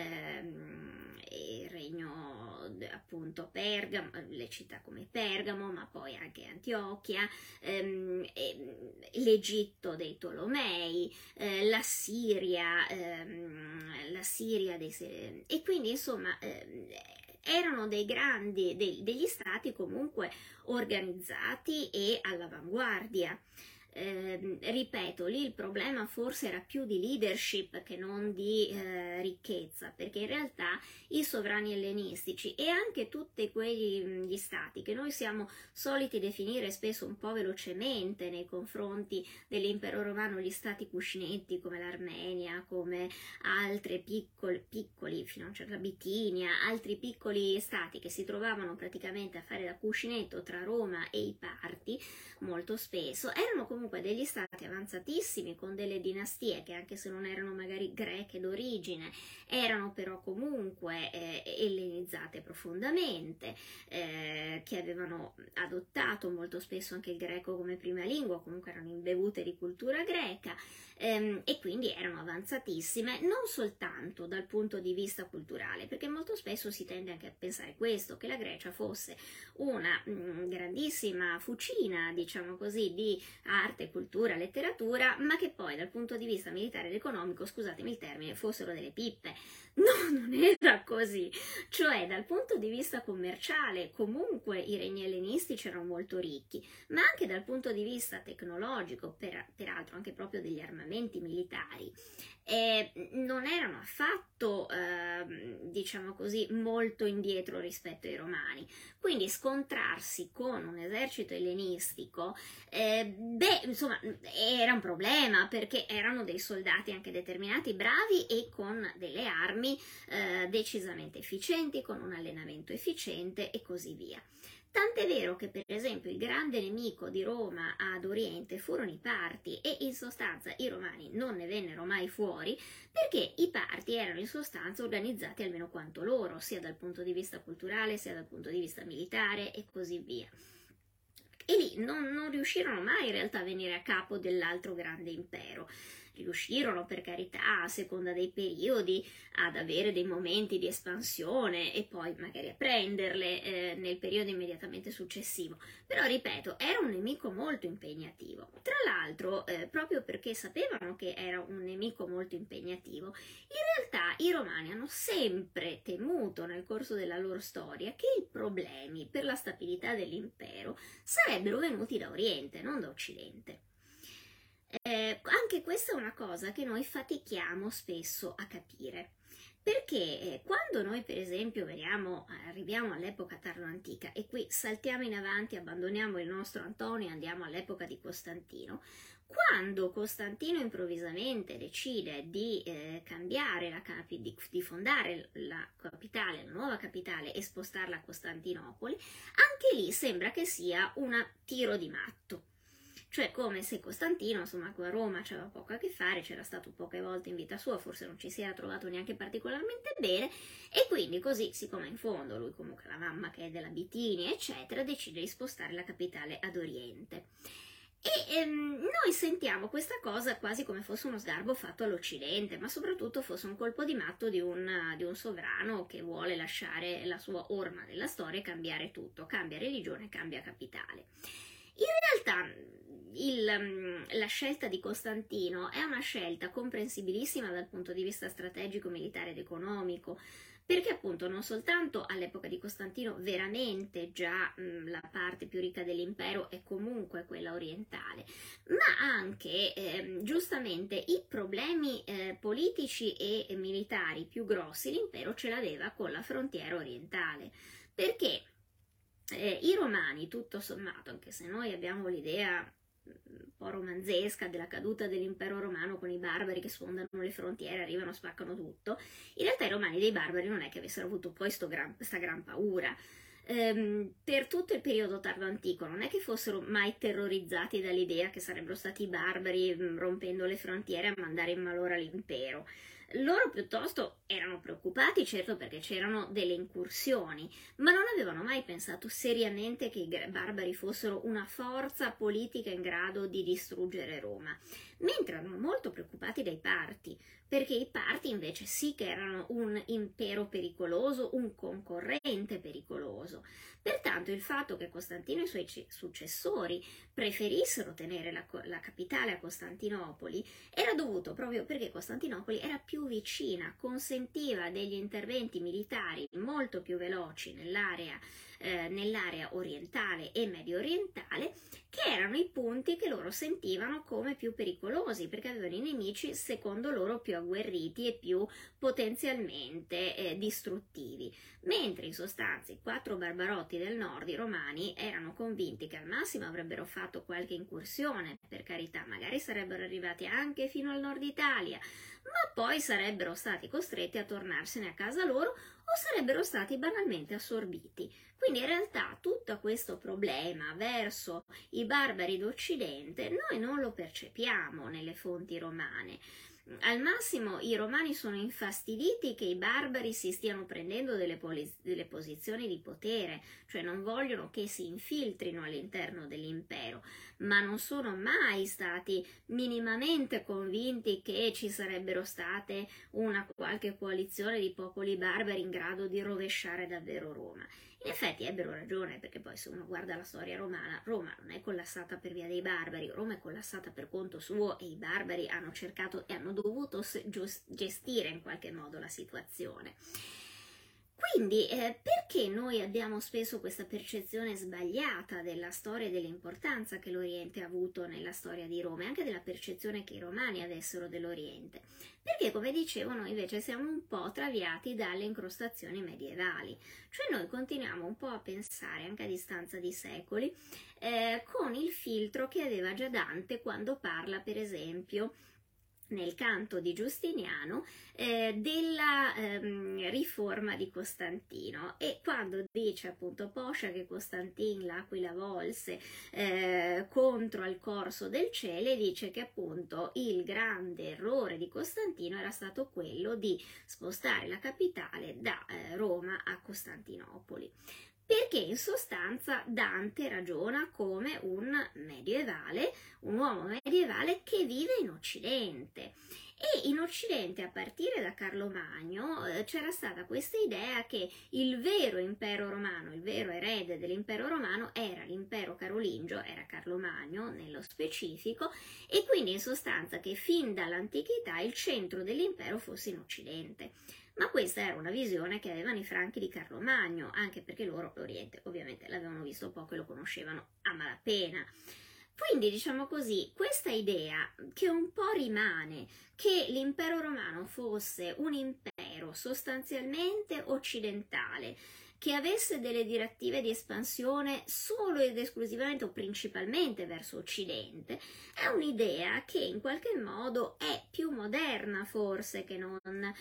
A: ehm, il regno appunto Pergamo, le città come Pergamo, ma poi anche Antiochia, ehm, l'Egitto dei Tolomei, eh, la Siria, ehm, la Siria dei, e quindi insomma ehm, erano dei grandi, dei, degli stati comunque organizzati e all'avanguardia. Eh, ripeto, lì il problema forse era più di leadership che non di eh, ricchezza, perché in realtà i sovrani ellenistici e anche tutti quegli stati che noi siamo soliti definire spesso un po' velocemente nei confronti dell'impero romano, gli stati cuscinetti come l'Armenia, come altri piccoli, piccoli fino a una certa Bitinia, altri piccoli stati che si trovavano praticamente a fare da cuscinetto tra Roma e i parti, molto spesso erano comunque degli stati avanzatissimi con delle dinastie che, anche se non erano magari greche d'origine, erano però comunque eh, ellenizzate profondamente, eh, che avevano adottato molto spesso anche il greco come prima lingua, comunque erano imbevute di cultura greca, ehm, e quindi erano avanzatissime non soltanto dal punto di vista culturale, perché molto spesso si tende anche a pensare questo, che la Grecia fosse una mh, grandissima fucina, diciamo così, di arte, cultura, letteratura, ma che poi dal punto di vista militare ed economico, scusatemi il termine, fossero delle pippe. No, non era così. Cioè, dal punto di vista commerciale, comunque i regni ellenistici erano molto ricchi, ma anche dal punto di vista tecnologico, per, peraltro anche proprio degli armamenti militari, eh, non erano affatto, eh, diciamo così, molto indietro rispetto ai romani. Quindi scontrarsi con un esercito ellenistico, eh, beh, insomma, era un problema, perché erano dei soldati anche determinati, bravi e con delle armi armi eh, decisamente efficienti, con un allenamento efficiente e così via. Tant'è vero che per esempio il grande nemico di Roma ad Oriente furono i Parti e in sostanza i Romani non ne vennero mai fuori perché i Parti erano in sostanza organizzati almeno quanto loro, sia dal punto di vista culturale sia dal punto di vista militare e così via. E lì non, non riuscirono mai in realtà a venire a capo dell'altro grande impero. Riuscirono, per carità, a seconda dei periodi, ad avere dei momenti di espansione e poi magari a prenderle eh, nel periodo immediatamente successivo. Però, ripeto, era un nemico molto impegnativo. Tra l'altro, eh, proprio perché sapevano che era un nemico molto impegnativo, in realtà i Romani hanno sempre temuto nel corso della loro storia che i problemi per la stabilità dell'impero sarebbero venuti da Oriente, non da Occidente. Eh, anche questa è una cosa che noi fatichiamo spesso a capire, perché eh, quando noi per esempio veniamo, arriviamo all'epoca tardo-antica e qui saltiamo in avanti, abbandoniamo il nostro Antonio e andiamo all'epoca di Costantino, quando Costantino improvvisamente decide di eh, cambiare, la capi- di, di fondare la capitale, la nuova capitale e spostarla a Costantinopoli, anche lì sembra che sia un tiro di matto. Cioè come se Costantino, insomma, con Roma c'aveva poco a che fare, c'era stato poche volte in vita sua, forse non ci si era trovato neanche particolarmente bene, e quindi così, siccome in fondo lui comunque la mamma che è della Bitinia, eccetera, decide di spostare la capitale ad Oriente. E ehm, noi sentiamo questa cosa quasi come fosse uno sgarbo fatto all'Occidente, ma soprattutto fosse un colpo di matto di un, di un sovrano che vuole lasciare la sua orma della storia e cambiare tutto, cambia religione, cambia capitale. In realtà il, la scelta di Costantino è una scelta comprensibilissima dal punto di vista strategico, militare ed economico, perché appunto non soltanto all'epoca di Costantino veramente già mh, la parte più ricca dell'impero è comunque quella orientale, ma anche eh, giustamente i problemi eh, politici e militari più grossi l'impero ce l'aveva con la frontiera orientale, perché Eh, i romani, tutto sommato, anche se noi abbiamo l'idea un po' romanzesca della caduta dell'impero romano con i barbari che sfondano le frontiere, arrivano, spaccano tutto, in realtà i romani dei barbari non è che avessero avuto poi sto gran, sta gran paura. Ehm, per tutto il periodo tardo antico non è che fossero mai terrorizzati dall'idea che sarebbero stati i barbari, rompendo le frontiere, a mandare in malora l'impero. Loro piuttosto erano preoccupati, certo, perché c'erano delle incursioni, ma non avevano mai pensato seriamente che i barbari fossero una forza politica in grado di distruggere Roma, mentre erano molto preoccupati dai Parti, perché i Parti invece sì che erano un impero pericoloso, un concorrente pericoloso. Pertanto il fatto che Costantino e i suoi successori preferissero tenere la, la capitale a Costantinopoli era dovuto proprio perché Costantinopoli era più vicina, consentiva degli interventi militari molto più veloci nell'area, eh, nell'area orientale e medio orientale, che erano i punti che loro sentivano come più pericolosi, perché avevano i nemici secondo loro più agguerriti e più potenzialmente eh, distruttivi, mentre in sostanza i quattro barbarotti del nord, i romani, erano convinti che al massimo avrebbero fatto qualche incursione, per carità, magari sarebbero arrivati anche fino al nord Italia, ma poi sarebbero stati costretti a tornarsene a casa loro o sarebbero stati banalmente assorbiti. Quindi in realtà tutto questo problema verso i barbari d'Occidente noi non lo percepiamo nelle fonti romane. Al massimo i romani sono infastiditi che i barbari si stiano prendendo delle, delle posizioni di potere, cioè non vogliono che si infiltrino all'interno dell'impero, ma non sono mai stati minimamente convinti che ci sarebbero state una qualche coalizione di popoli barbari in grado di rovesciare davvero Roma. In effetti ebbero ragione, perché poi se uno guarda la storia romana, Roma non è collassata per via dei barbari, Roma è collassata per conto suo e i barbari hanno cercato e hanno dovuto gestire in qualche modo la situazione. Quindi eh, perché noi abbiamo spesso questa percezione sbagliata della storia e dell'importanza che l'Oriente ha avuto nella storia di Roma e anche della percezione che i romani avessero dell'Oriente? Perché, come dicevo, noi invece siamo un po' traviati dalle incrostazioni medievali, cioè noi continuiamo un po' a pensare, anche a distanza di secoli, eh, con il filtro che aveva già Dante quando parla, per esempio, nel canto di Giustiniano eh, della ehm, riforma di Costantino, e quando dice appunto poscia che Costantin l'aquila volse eh, contro al corso del cielo, dice che appunto il grande errore di Costantino era stato quello di spostare la capitale da eh, Roma a Costantinopoli, perché in sostanza Dante ragiona come un medievale, un uomo medievale che vive in Occidente. E in Occidente, a partire da Carlo Magno, eh, c'era stata questa idea che il vero impero romano, il vero erede dell'impero romano era l'impero carolingio, era Carlo Magno nello specifico, e quindi in sostanza che fin dall'antichità il centro dell'impero fosse in Occidente. Ma questa era una visione che avevano i franchi di Carlo Magno, anche perché loro l'Oriente ovviamente l'avevano visto poco e lo conoscevano a malapena. Quindi, diciamo così, questa idea che un po' rimane, che l'impero romano fosse un impero sostanzialmente occidentale, che avesse delle direttive di espansione solo ed esclusivamente o principalmente verso Occidente, è un'idea che in qualche modo è più moderna forse che non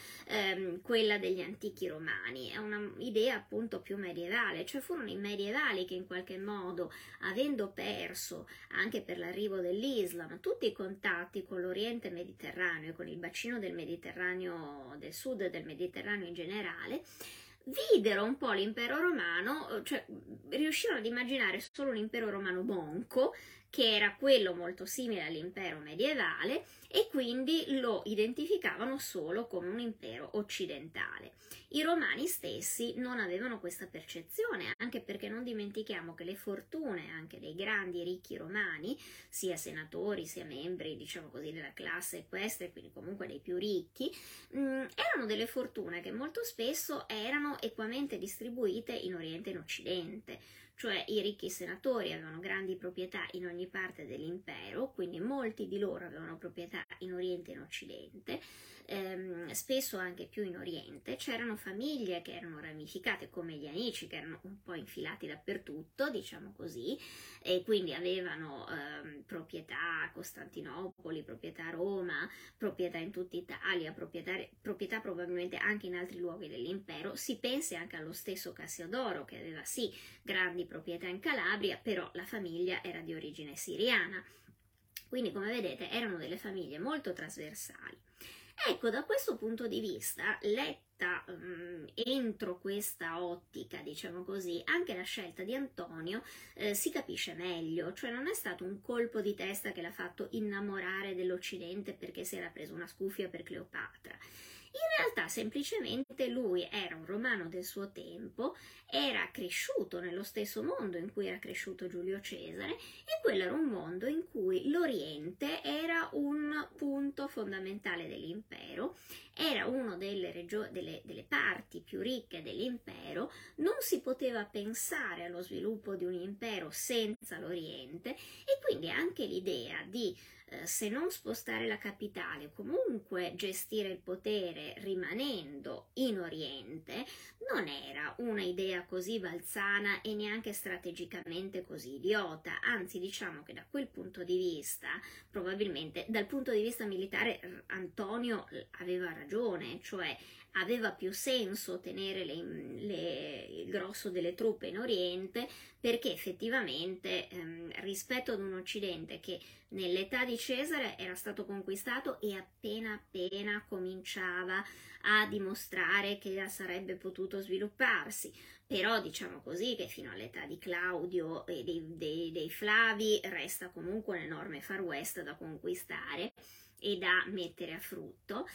A: ehm, quella degli antichi romani, è un'idea appunto più medievale, cioè furono i medievali che in qualche modo, avendo perso anche per l'arrivo dell'Islam tutti i contatti con l'Oriente Mediterraneo e con il bacino del Mediterraneo, del sud e del Mediterraneo in generale, videro un po' l'impero romano, cioè riuscirono ad immaginare solo un impero romano monco, che era quello molto simile all'impero medievale, e quindi lo identificavano solo come un impero occidentale. I romani stessi non avevano questa percezione, anche perché non dimentichiamo che le fortune anche dei grandi ricchi romani, sia senatori sia membri, diciamo così, della classe equestre, quindi comunque dei più ricchi, mh, erano delle fortune che molto spesso erano equamente distribuite in Oriente e in Occidente. Cioè i ricchi senatori avevano grandi proprietà in ogni parte dell'impero, quindi molti di loro avevano proprietà in Oriente e in Occidente, ehm, spesso anche più in Oriente. C'erano famiglie che erano ramificate come gli Anici, che erano un po' infilati dappertutto, diciamo così, e quindi avevano ehm, proprietà a Costantinopoli, proprietà a Roma, proprietà in tutta Italia, proprietà, proprietà probabilmente anche in altri luoghi dell'impero. Si pensi anche allo stesso Cassiodoro, che aveva sì grandi proprietà in Calabria, però la famiglia era di origine siriana. Quindi, come vedete, erano delle famiglie molto trasversali. Ecco, da questo punto di vista, letta um, entro questa ottica, diciamo così, anche la scelta di Antonio eh, si capisce meglio, cioè non è stato un colpo di testa che l'ha fatto innamorare dell'Occidente perché si era preso una scuffia per Cleopatra. In realtà semplicemente lui era un romano del suo tempo, era cresciuto nello stesso mondo in cui era cresciuto Giulio Cesare, e quello era un mondo in cui l'Oriente era un punto fondamentale dell'impero, era una delle, regio- delle, delle parti più ricche dell'impero, non si poteva pensare allo sviluppo di un impero senza l'Oriente, e quindi anche l'idea di Eh, se non spostare la capitale, comunque gestire il potere rimanendo in Oriente, non era una idea così balzana e neanche strategicamente così idiota. Anzi, diciamo che da quel punto di vista, probabilmente dal punto di vista militare, Antonio aveva ragione, cioè aveva più senso tenere le, le, il grosso delle truppe in Oriente, perché effettivamente ehm, rispetto ad un Occidente che nell'età di Cesare era stato conquistato e appena appena cominciava a dimostrare che sarebbe potuto svilupparsi, però diciamo così che fino all'età di Claudio e dei, dei, dei Flavi resta comunque un enorme far west da conquistare e da mettere a frutto.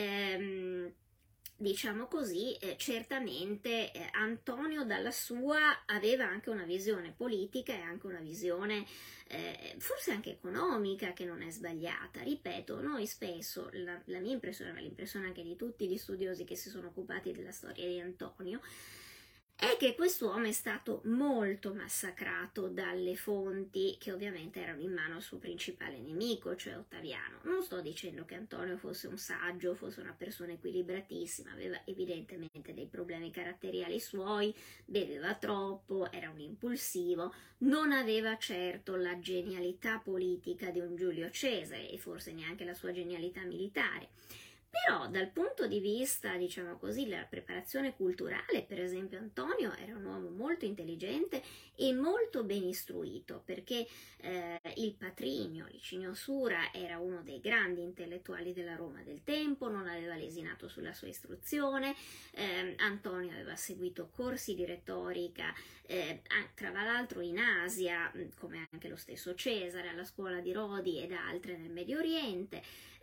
A: Ehm, Diciamo così, eh, certamente eh, Antonio dalla sua aveva anche una visione politica e anche una visione eh, forse anche economica che non è sbagliata. Ripeto, noi spesso, la, la mia impressione, ma l'impressione anche di tutti gli studiosi che si sono occupati della storia di Antonio, è che quest'uomo è stato molto massacrato dalle fonti che ovviamente erano in mano al suo principale nemico, cioè Ottaviano. Non sto dicendo che Antonio fosse un saggio, fosse una persona equilibratissima, aveva evidentemente dei problemi caratteriali suoi, beveva troppo, era un impulsivo, non aveva certo la genialità politica di un Giulio Cesare e forse neanche la sua genialità militare. Però dal punto di vista, diciamo così, della preparazione culturale, per esempio Antonio era un uomo molto intelligente e molto ben istruito, perché eh, il patrigno, Licinio Sura, era uno dei grandi intellettuali della Roma del tempo, non aveva lesinato sulla sua istruzione, eh, Antonio aveva seguito corsi di retorica, eh, tra l'altro in Asia, come anche lo stesso Cesare, alla scuola di Rodi ed altre nel Medio Oriente.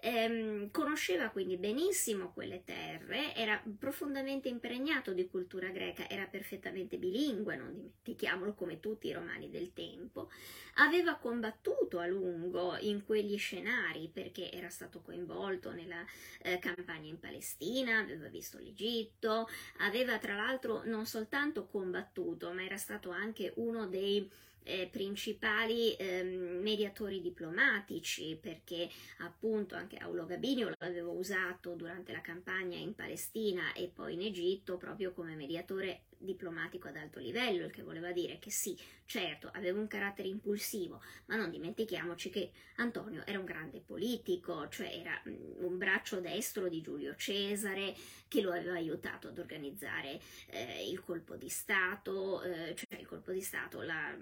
A: Eh, conosceva quindi benissimo quelle terre, era profondamente impregnato di cultura greca, era perfettamente bilingue, non dimentichiamolo, come tutti i romani del tempo, aveva combattuto a lungo in quegli scenari perché era stato coinvolto nella eh, campagna in Palestina, aveva visto l'Egitto, aveva tra l'altro non soltanto combattuto, ma era stato anche uno dei Eh, principali eh, mediatori diplomatici, perché appunto anche Aulo Gabinio l'aveva usato durante la campagna in Palestina e poi in Egitto proprio come mediatore diplomatico ad alto livello, il che voleva dire che sì, certo, aveva un carattere impulsivo, ma non dimentichiamoci che Antonio era un grande politico, cioè era un braccio destro di Giulio Cesare, che lo aveva aiutato ad organizzare eh, il colpo di Stato, eh, cioè il colpo di Stato, la,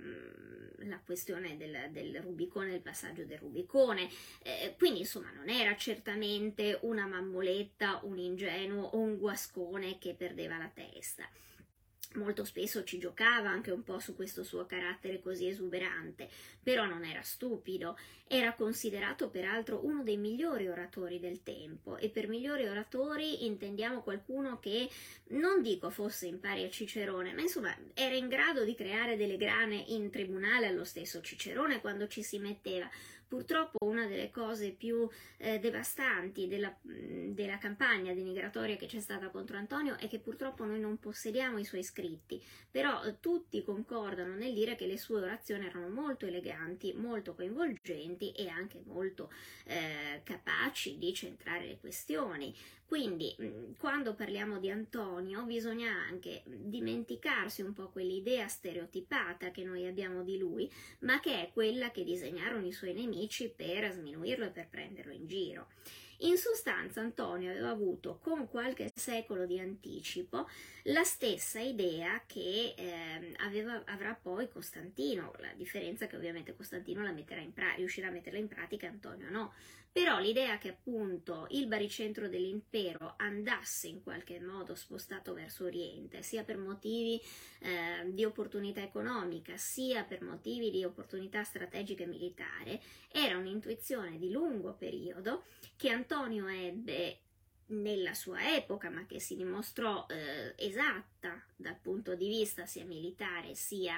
A: la questione del, del Rubicone, il passaggio del Rubicone, eh, quindi insomma non era certamente una mammoletta, un ingenuo o un guascone che perdeva la testa. Molto spesso ci giocava anche un po' su questo suo carattere così esuberante, però non era stupido, era considerato peraltro uno dei migliori oratori del tempo, e per migliori oratori intendiamo qualcuno che non dico fosse in pari a Cicerone, ma insomma era in grado di creare delle grane in tribunale allo stesso Cicerone quando ci si metteva. Purtroppo una delle cose più eh, devastanti della, della campagna denigratoria che c'è stata contro Antonio è che purtroppo noi non possediamo i suoi scritti, però eh, tutti concordano nel dire che le sue orazioni erano molto eleganti, molto coinvolgenti e anche molto eh, capaci di centrare le questioni. Quindi quando parliamo di Antonio bisogna anche dimenticarsi un po' quell'idea stereotipata che noi abbiamo di lui, ma che è quella che disegnarono i suoi nemici per sminuirlo e per prenderlo in giro. In sostanza Antonio aveva avuto con qualche secolo di anticipo la stessa idea che eh, aveva, avrà poi Costantino, la differenza che ovviamente Costantino la metterà in pra- riuscirà a metterla in pratica, Antonio no. Però l'idea che appunto il baricentro dell'impero andasse in qualche modo spostato verso Oriente, sia per motivi eh, di opportunità economica, sia per motivi di opportunità strategica e militare, era un'intuizione di lungo periodo che Antonio ebbe nella sua epoca, ma che si dimostrò eh, esatta dal punto di vista sia militare sia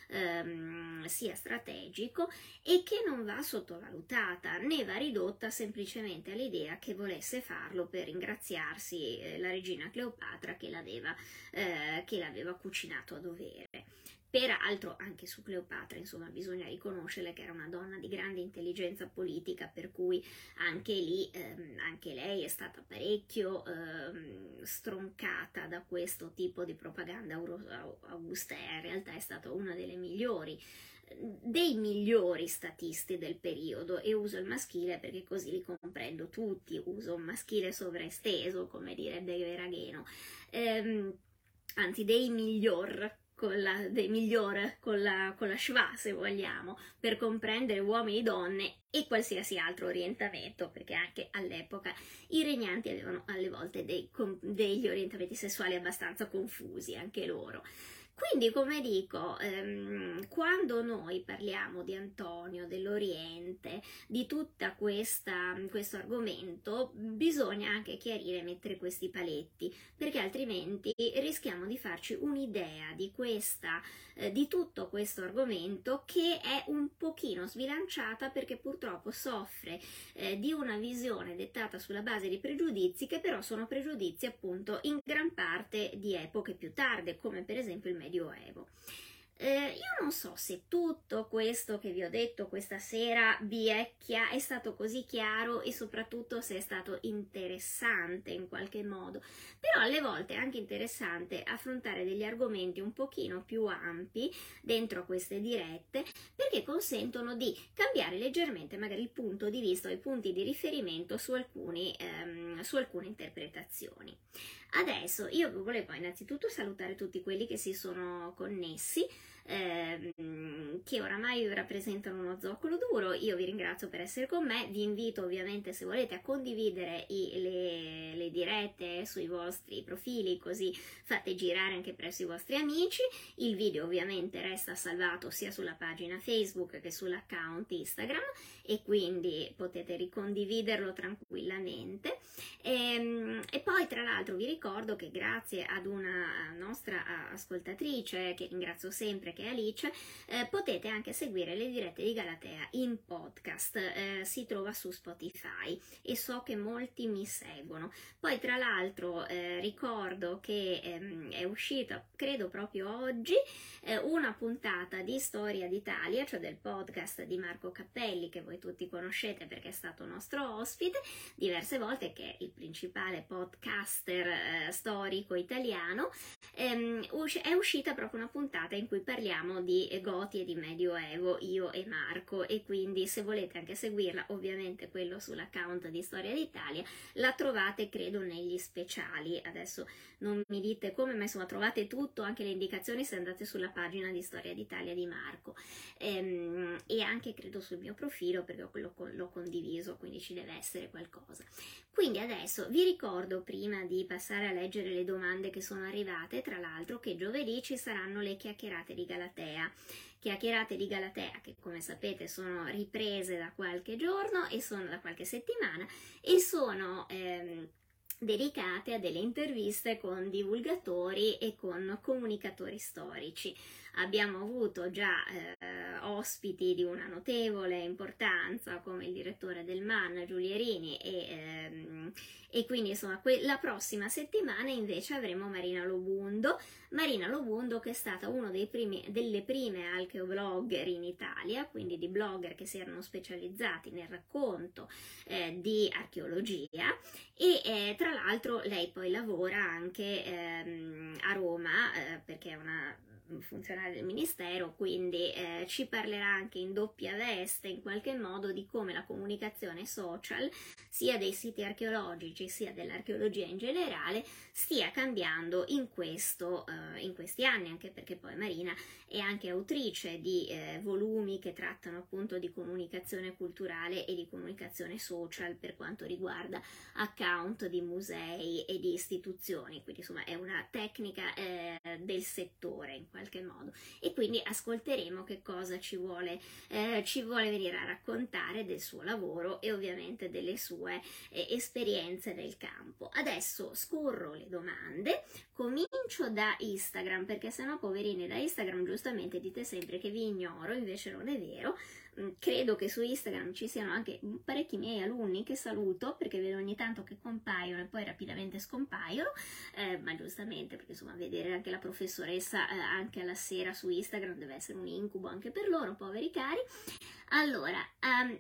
A: Ehm, sia strategico, e che non va sottovalutata né va ridotta semplicemente all'idea che volesse farlo per ringraziarsi eh, la regina Cleopatra che l'aveva, eh, che l'aveva cucinato a dovere. Peraltro anche su Cleopatra, insomma, bisogna riconoscere che era una donna di grande intelligenza politica, per cui anche lì, ehm, anche lei è stata parecchio ehm, stroncata da questo tipo di propaganda augustea. In realtà è stata una delle migliori, dei migliori statisti del periodo, e uso il maschile perché così li comprendo tutti, uso un maschile sovraesteso, come direbbe Veragheno, ehm, anzi dei miglior, con la, dei miglior con la, con la schwa, se vogliamo, per comprendere uomini e donne e qualsiasi altro orientamento, perché anche all'epoca i regnanti avevano alle volte dei, degli orientamenti sessuali abbastanza confusi, anche loro. Quindi, come dico, ehm, quando noi parliamo di Antonio, dell'Oriente, di tutta questa questo argomento, bisogna anche chiarire e mettere questi paletti, perché altrimenti rischiamo di farci un'idea di questa eh, di tutto questo argomento che è un pochino sbilanciata, perché purtroppo soffre eh, di una visione dettata sulla base di pregiudizi che però sono pregiudizi appunto in gran parte di epoche più tarde, come per esempio il Medioevo. Eh, io non so se tutto questo che vi ho detto questa sera vi è, chia- è stato così chiaro, e soprattutto se è stato interessante in qualche modo, però alle volte è anche interessante affrontare degli argomenti un pochino più ampi dentro queste dirette, perché consentono di cambiare leggermente magari il punto di vista o i punti di riferimento su, alcuni, ehm, su alcune interpretazioni. Adesso io volevo innanzitutto salutare tutti quelli che si sono connessi, ehm, che oramai rappresentano uno zoccolo duro. Io vi ringrazio per essere con me, vi invito ovviamente, se volete, a condividere i, le, le dirette sui vostri profili, così fate girare anche presso i vostri amici. Il video ovviamente resta salvato sia sulla pagina Facebook che sull'account Instagram, e quindi potete ricondividerlo tranquillamente. E, e poi tra l'altro vi ricordo che grazie ad una nostra ascoltatrice, che ringrazio sempre, che è Alice, eh, potete anche seguire le dirette di Galatea in podcast, eh, si trova su Spotify e so che molti mi seguono. Poi tra l'altro eh, ricordo che ehm, è uscita, credo proprio oggi, eh, una puntata di Storia d'Italia, cioè del podcast di Marco Cappelli, che voi tutti conoscete perché è stato nostro ospite diverse volte, che è il principale podcaster eh, storico italiano. Ehm, è uscita proprio una puntata in cui parliamo di Goti e di Medioevo, io e Marco, e quindi se volete anche seguirla, ovviamente quello sull'account di Storia d'Italia, la trovate credo negli speciali. Adesso non mi dite come, ma insomma trovate tutto, anche le indicazioni, se andate sulla pagina di Storia d'Italia di Marco, ehm, e anche credo sul mio profilo, perché l'ho, l'ho condiviso, quindi ci deve essere qualcosa. Quindi adesso vi ricordo, prima di passare a leggere le domande che sono arrivate, tra l'altro, che giovedì ci saranno le chiacchierate di Galatea. Chiacchierate di Galatea che, come sapete, sono riprese da qualche giorno e sono da qualche settimana, e sono ehm, dedicate a delle interviste con divulgatori e con comunicatori storici. Abbiamo avuto già eh, ospiti di una notevole importanza, come il direttore del M A N, Giulierini, e, ehm, e quindi insomma que- la prossima settimana invece avremo Marina Lobundo, Marina Lobundo che è stata una dei primi, delle prime archeoblogger in Italia, quindi di blogger che si erano specializzati nel racconto eh, di archeologia, e eh, tra l'altro lei poi lavora anche ehm, a Roma, eh, perché è una funzionaria del ministero, quindi eh, ci parlerà anche in doppia veste in qualche modo di come la comunicazione social, sia dei siti archeologici sia dell'archeologia in generale, stia cambiando in, questo, eh, in questi anni, anche perché poi Marina è anche autrice di eh, volumi che trattano appunto di comunicazione culturale e di comunicazione social per quanto riguarda account di musei e di istituzioni, quindi insomma è una tecnica eh, del settore in qualche modo, e quindi ascolteremo che cosa ci vuole, eh, ci vuole venire a raccontare del suo lavoro e ovviamente delle sue eh, esperienze nel campo. Adesso scorro le domande, comincio da Instagram, perché sennò poverini da Instagram giustamente dite sempre che vi ignoro, invece non è vero. Credo che su Instagram ci siano anche parecchi miei alunni che saluto, perché vedo ogni tanto che compaiono e poi rapidamente scompaiono, eh, ma giustamente, perché insomma vedere anche la professoressa eh, anche alla sera su Instagram deve essere un incubo anche per loro, poveri cari. Allora, um,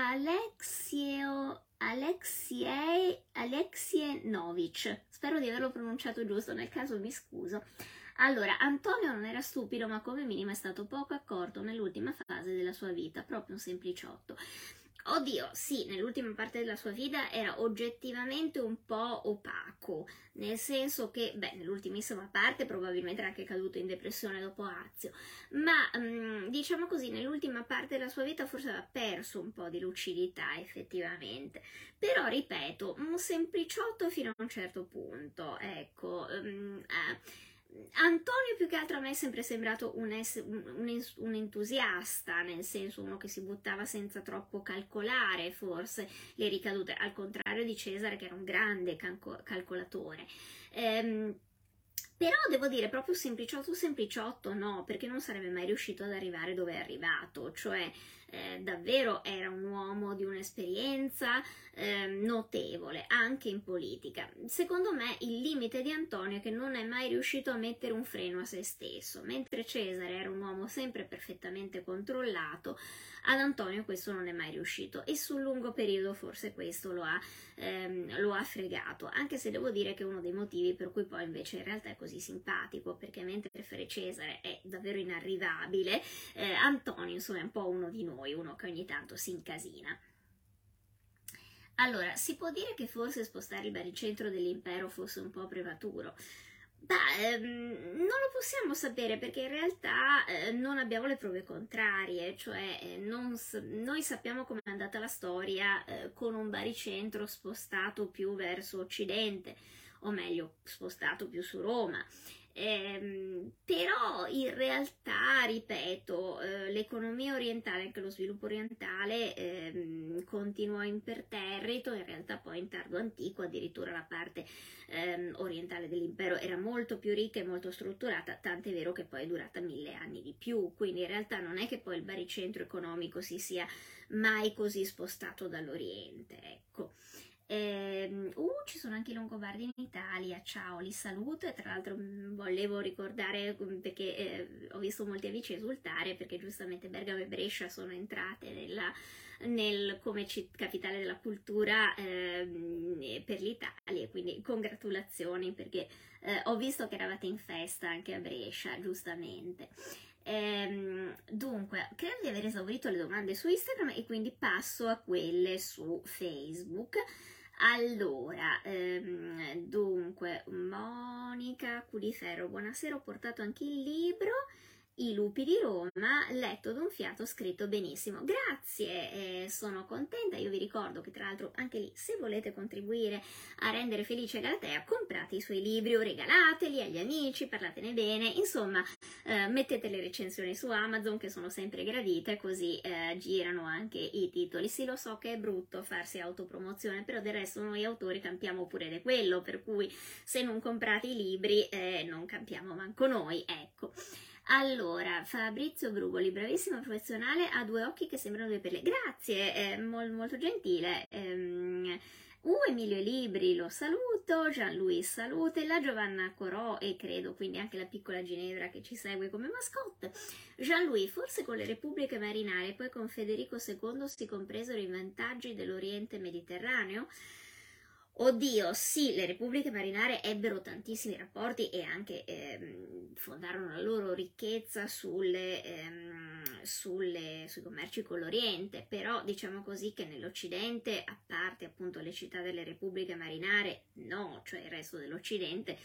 A: Alexio, Alexie, Alexie Novic, spero di averlo pronunciato giusto, nel caso mi scuso. Allora, Antonio non era stupido, ma come minimo è stato poco accorto nell'ultima fase della sua vita, proprio un sempliciotto. Oddio, sì, nell'ultima parte della sua vita era oggettivamente un po' opaco, nel senso che, beh, nell'ultimissima parte probabilmente era anche caduto in depressione dopo Azio, ma mh, diciamo così, nell'ultima parte della sua vita forse aveva perso un po' di lucidità effettivamente, però ripeto, un sempliciotto fino a un certo punto, ecco, um, eh, Antonio più che altro a me è sempre sembrato un, es- un, un, un entusiasta, nel senso uno che si buttava senza troppo calcolare forse le ricadute, al contrario di Cesare che era un grande calco- calcolatore. Ehm, Però devo dire, proprio sempliciotto sempliciotto no, perché non sarebbe mai riuscito ad arrivare dove è arrivato, cioè eh, davvero era un uomo di un'esperienza eh, notevole, anche in politica. Secondo me il limite di Antonio è che non è mai riuscito a mettere un freno a se stesso, mentre Cesare era un uomo sempre perfettamente controllato, ad Antonio questo non è mai riuscito e sul lungo periodo forse questo lo ha, ehm, lo ha fregato, anche se devo dire che è uno dei motivi per cui poi invece in realtà è così simpatico, perché mentre Fere Cesare è davvero inarrivabile, eh, Antonio insomma è un po' uno di noi, uno che ogni tanto si incasina. Allora, si può dire che forse spostare il baricentro dell'impero fosse un po' prematuro? Beh, ehm, non lo possiamo sapere perché in realtà eh, non abbiamo le prove contrarie, cioè eh, non s- noi sappiamo come è andata la storia eh, con un baricentro spostato più verso occidente, o meglio, spostato più su Roma. Ehm, però in realtà, ripeto, eh, l'economia orientale, anche lo sviluppo orientale, ehm, continuò imperterrito, in realtà poi in tardo antico addirittura la parte ehm, orientale dell'impero era molto più ricca e molto strutturata, tant'è vero che poi è durata mille anni di più, quindi in realtà non è che poi il baricentro economico si sia mai così spostato dall'Oriente, ecco. Ehm, uh, ci sono anche i Longobardi in Italia, ciao, li saluto e tra l'altro mh, volevo ricordare mh, perché eh, ho visto molti amici esultare perché giustamente Bergamo e Brescia sono entrate nella, nel, come citt- capitale della cultura ehm, per l'Italia e quindi congratulazioni perché eh, ho visto che eravate in festa anche a Brescia, giustamente. Ehm, dunque, credo di aver esaurito le domande su Instagram e quindi passo a quelle su Facebook. Allora, ehm, dunque, Monica Cudiferro, buonasera, ho portato anche il libro I lupi di Roma, letto d'un fiato, scritto benissimo. Grazie, eh, sono contenta. Io vi ricordo che tra l'altro anche lì, se volete contribuire a rendere felice Galatea, comprate i suoi libri o regalateli agli amici, parlatene bene, insomma, eh, mettete le recensioni su Amazon che sono sempre gradite, così eh, girano anche i titoli. Sì, lo so che è brutto farsi autopromozione, però del resto noi autori campiamo pure di quello, per cui se non comprate i libri eh, non campiamo manco noi, ecco. Allora, Fabrizio Brugoli, bravissimo professionale, ha due occhi che sembrano due perle. Grazie, è mol- molto gentile. Ehm, U Emilio Libri lo saluto, Gianluis salute, la Giovanna Corò e credo quindi anche la piccola Ginevra che ci segue come mascotte. Gianluis, forse con le repubbliche marinare e poi con Federico secondo si compresero i vantaggi dell'Oriente Mediterraneo? Oddio, sì, le repubbliche marinare ebbero tantissimi rapporti e anche ehm, fondarono la loro ricchezza sulle, ehm, sulle- sui commerci con l'Oriente, però diciamo così che nell'Occidente, a parte appunto le città delle repubbliche marinare, no, cioè il resto dell'Occidente,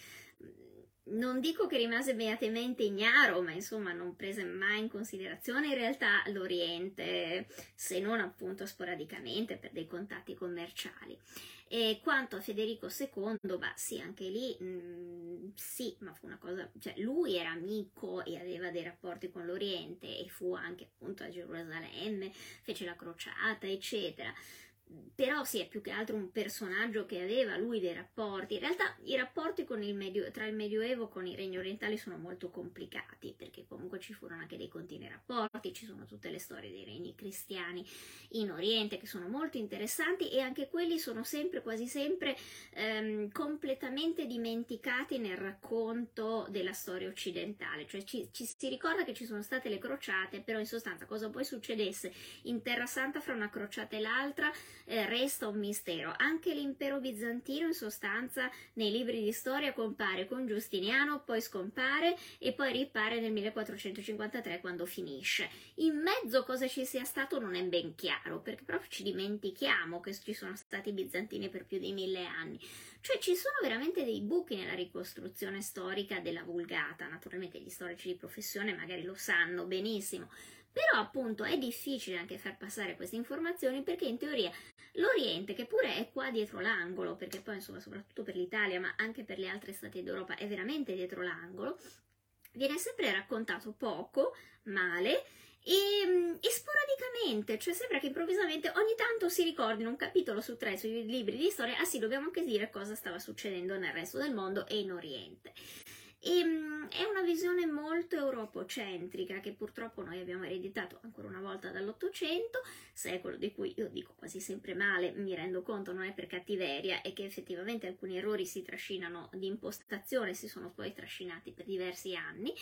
A: non dico che rimase beatamente ignaro, ma insomma non prese mai in considerazione in realtà l'Oriente, se non appunto sporadicamente per dei contatti commerciali. E quanto a Federico secondo, bah sì, anche lì, mh, sì, ma fu una cosa, cioè lui era amico e aveva dei rapporti con l'Oriente e fu anche appunto a Gerusalemme, fece la crociata, eccetera. Però sì, è più che altro un personaggio che aveva lui dei rapporti. In realtà i rapporti con il Medio, tra il Medioevo con i regni orientali sono molto complicati, perché comunque ci furono anche dei continui rapporti, ci sono tutte le storie dei regni cristiani in Oriente che sono molto interessanti e anche quelli sono sempre, quasi sempre, ehm, completamente dimenticati nel racconto della storia occidentale. Cioè ci, ci si ricorda che ci sono state le crociate, però in sostanza cosa poi succedesse in Terra Santa fra una crociata e l'altra eh, resta un mistero. Anche l'impero bizantino in sostanza nei libri di storia compare con Giustiniano, poi scompare e poi ripare nel millequattrocentocinquantatré quando finisce. In mezzo cosa ci sia stato non è ben chiaro, perché proprio ci dimentichiamo che ci sono stati bizantini per più di mille anni. Cioè ci sono veramente dei buchi nella ricostruzione storica della Vulgata. Naturalmente gli storici di professione magari lo sanno benissimo, Però appunto è difficile anche far passare queste informazioni, perché in teoria l'Oriente, che pure è qua dietro l'angolo, perché poi insomma soprattutto per l'Italia ma anche per le altre stati d'Europa è veramente dietro l'angolo, viene sempre raccontato poco, male e, e sporadicamente, cioè sembra che improvvisamente ogni tanto si ricordino un capitolo su tre sui libri di storia, ah sì, dobbiamo anche dire cosa stava succedendo nel resto del mondo e in Oriente. E, è una visione molto europocentrica che purtroppo noi abbiamo ereditato ancora una volta dall'Ottocento, secolo di cui io dico quasi sempre male, mi rendo conto non è per cattiveria, e che effettivamente alcuni errori si trascinano di impostazione, si sono poi trascinati per diversi anni.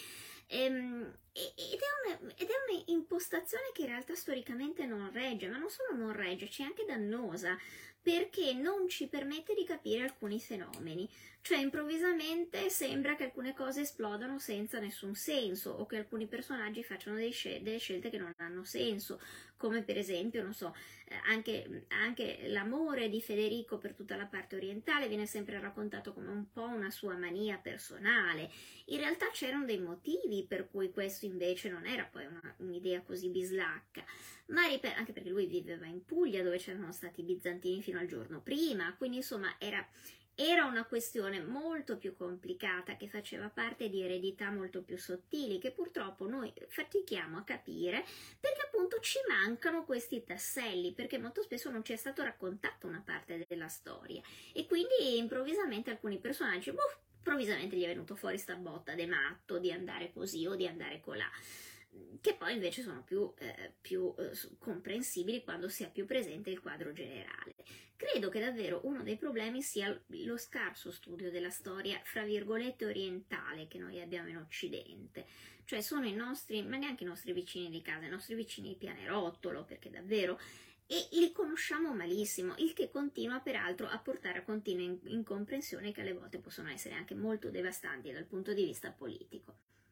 A: Ehm, ed è, una, ed è un'impostazione che in realtà storicamente non regge, ma non solo non regge, c'è anche dannosa, perché non ci permette di capire alcuni fenomeni. Cioè improvvisamente sembra che alcune cose esplodano senza nessun senso, o che alcuni personaggi facciano dei scel- delle scelte che non hanno senso, come per esempio, non so, eh, anche, anche l'amore di Federico per tutta la parte orientale viene sempre raccontato come un po' una sua mania personale. In realtà c'erano dei motivi per cui questo invece non era poi una, un'idea così bislacca, ma ripeto, anche perché lui viveva in Puglia, dove c'erano stati i bizantini fino al giorno prima, quindi insomma era... Era una questione molto più complicata, che faceva parte di eredità molto più sottili, che purtroppo noi fatichiamo a capire, perché appunto ci mancano questi tasselli, perché molto spesso non ci è stato raccontato una parte della storia, e quindi improvvisamente alcuni personaggi, boh, improvvisamente gli è venuto fuori sta botta de matto di andare così o di andare colà, che poi invece sono più, eh, più eh, comprensibili quando si ha più presente il quadro generale. Credo che davvero uno dei problemi sia lo scarso studio della storia, fra virgolette, orientale che noi abbiamo in Occidente. Cioè sono i nostri, ma neanche i nostri vicini di casa, i nostri vicini di pianerottolo, perché davvero... E li conosciamo malissimo, il che continua peraltro a portare a continue incomprensioni che alle volte possono essere anche molto devastanti dal punto di vista politico.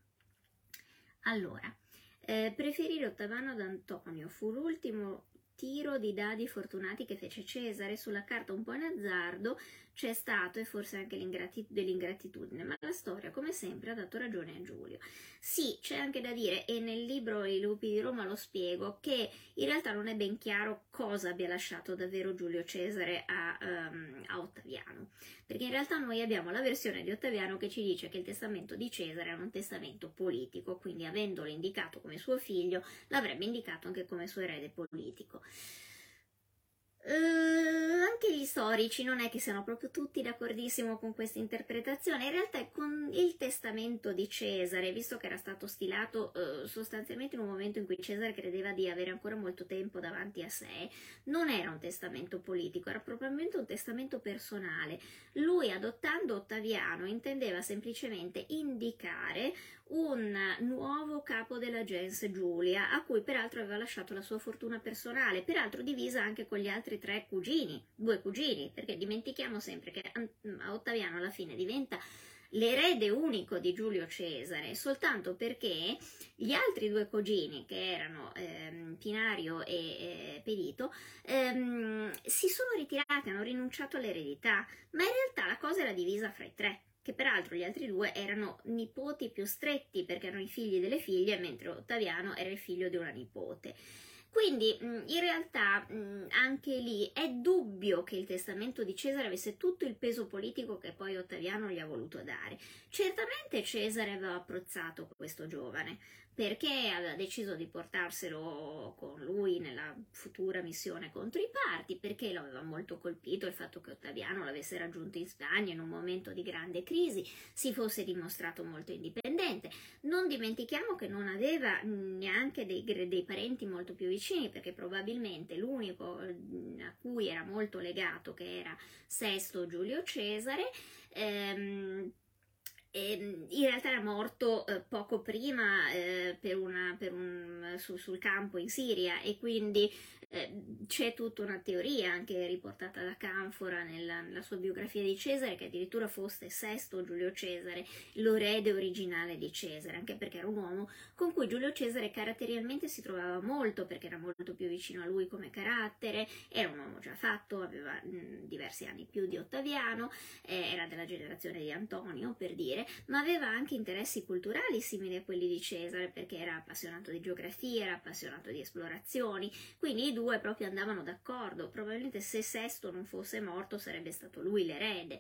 A: Allora, eh, preferire Ottaviano ad Antonio fu l'ultimo tiro di dadi fortunati che fece Cesare. Sulla carta un po' in azzardo c'è stato, e forse anche dell'ingratitudine, ma la storia come sempre ha dato ragione a Giulio. Sì, c'è anche da dire, e nel libro I lupi di Roma lo spiego, che in realtà non è ben chiaro cosa abbia lasciato davvero Giulio Cesare a, um, a Ottaviano, perché in realtà noi abbiamo la versione di Ottaviano che ci dice che il testamento di Cesare era un testamento politico, quindi avendolo indicato come suo figlio l'avrebbe indicato anche come suo erede politico. Uh, anche gli storici non è che siano proprio tutti d'accordissimo con questa interpretazione. In realtà con il testamento di Cesare, visto che era stato stilato uh, sostanzialmente in un momento in cui Cesare credeva di avere ancora molto tempo davanti a sé, non era un testamento politico, era probabilmente un testamento personale. Lui, adottando Ottaviano, intendeva semplicemente indicare un nuovo capo della gens Giulia, a cui peraltro aveva lasciato la sua fortuna personale, peraltro divisa anche con gli altri tre cugini, due cugini, perché dimentichiamo sempre che a Ottaviano alla fine diventa l'erede unico di Giulio Cesare, soltanto perché gli altri due cugini, che erano ehm, Pinario e eh, Perito, ehm, si sono ritirati, hanno rinunciato all'eredità, ma in realtà la cosa era divisa fra i tre, che peraltro gli altri due erano nipoti più stretti perché erano i figli delle figlie, mentre Ottaviano era il figlio di una nipote. Quindi in realtà anche lì è dubbio che il testamento di Cesare avesse tutto il peso politico che poi Ottaviano gli ha voluto dare. Certamente Cesare aveva apprezzato questo giovane, perché aveva deciso di portarselo con lui nella futura missione contro i Parti, perché lo aveva molto colpito il fatto che Ottaviano l'avesse raggiunto in Spagna in un momento di grande crisi, si fosse dimostrato molto indipendente. Non dimentichiamo che non aveva neanche dei, dei parenti molto più vicini, perché probabilmente l'unico a cui era molto legato, che era Sesto Giulio Cesare, ehm, in realtà era morto eh, poco prima eh, per una, per un, su, sul campo in Siria, e quindi eh, c'è tutta una teoria anche riportata da Canfora nella, nella sua biografia di Cesare, che addirittura fosse Sesto Giulio Cesare l'erede originale di Cesare, anche perché era un uomo con cui Giulio Cesare caratterialmente si trovava molto, perché era molto più vicino a lui come carattere, era un uomo già fatto, aveva mh, diversi anni più di Ottaviano, eh, era della generazione di Antonio, per dire, Cesare, ma aveva anche interessi culturali simili a quelli di Cesare, perché era appassionato di geografia, era appassionato di esplorazioni, quindi i due proprio andavano d'accordo. Probabilmente se Sesto non fosse morto sarebbe stato lui l'erede.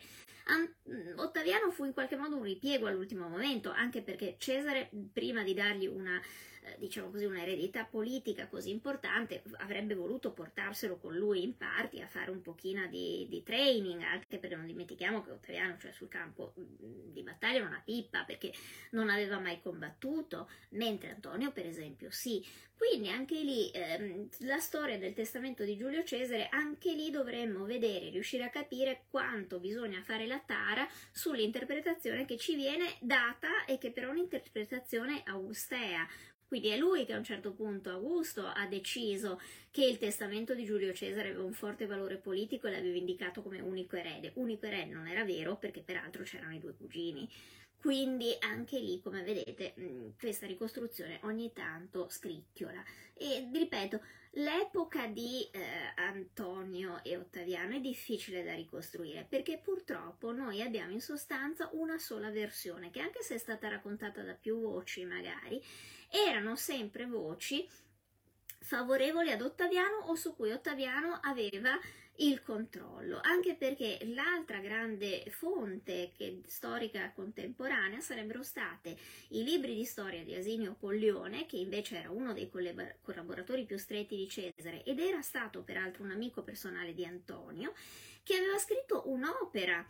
A: Ottaviano fu in qualche modo un ripiego all'ultimo momento, anche perché Cesare, prima di dargli una, eh, diciamo così, una eredità politica così importante, avrebbe voluto portarselo con lui in parti a fare un pochino di, di training, anche perché non dimentichiamo che Ottaviano, cioè sul campo di battaglia, era una pippa, perché non aveva mai combattuto, mentre Antonio, per esempio, sì. Quindi anche lì ehm, la storia del testamento di Giulio Cesare, anche lì dovremmo vedere, riuscire a capire quanto bisogna fare la tara sull'interpretazione che ci viene data e che però è un'interpretazione augustea. Quindi è lui che a un certo punto, Augusto, ha deciso che il testamento di Giulio Cesare aveva un forte valore politico e l'aveva indicato come unico erede. Unico erede non era vero, perché peraltro c'erano i due cugini. Quindi anche lì, come vedete, questa ricostruzione ogni tanto scricchiola. E ripeto, l'epoca di eh, Antonio e Ottaviano è difficile da ricostruire, perché purtroppo noi abbiamo in sostanza una sola versione, che anche se è stata raccontata da più voci magari, erano sempre voci favorevoli ad Ottaviano o su cui Ottaviano aveva il controllo, anche perché l'altra grande fonte che, storica contemporanea sarebbero state i libri di storia di Asinio Pollione, che invece era uno dei collaboratori più stretti di Cesare ed era stato peraltro un amico personale di Antonio, che aveva scritto un'opera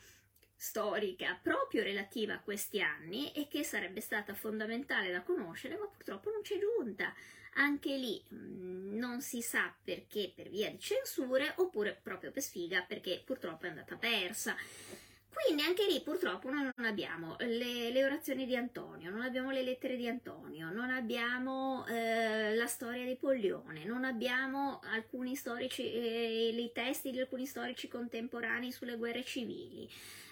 A: storica proprio relativa a questi anni e che sarebbe stata fondamentale da conoscere, ma purtroppo non c'è giunta. Anche lì mh, non si sa perché, per via di censure, oppure proprio per sfiga, perché purtroppo è andata persa. Quindi anche lì purtroppo noi non abbiamo le, le orazioni di Antonio, non abbiamo le lettere di Antonio, non abbiamo eh, la storia di Pollione, non abbiamo alcuni storici, eh, i testi di alcuni storici contemporanei sulle guerre civili.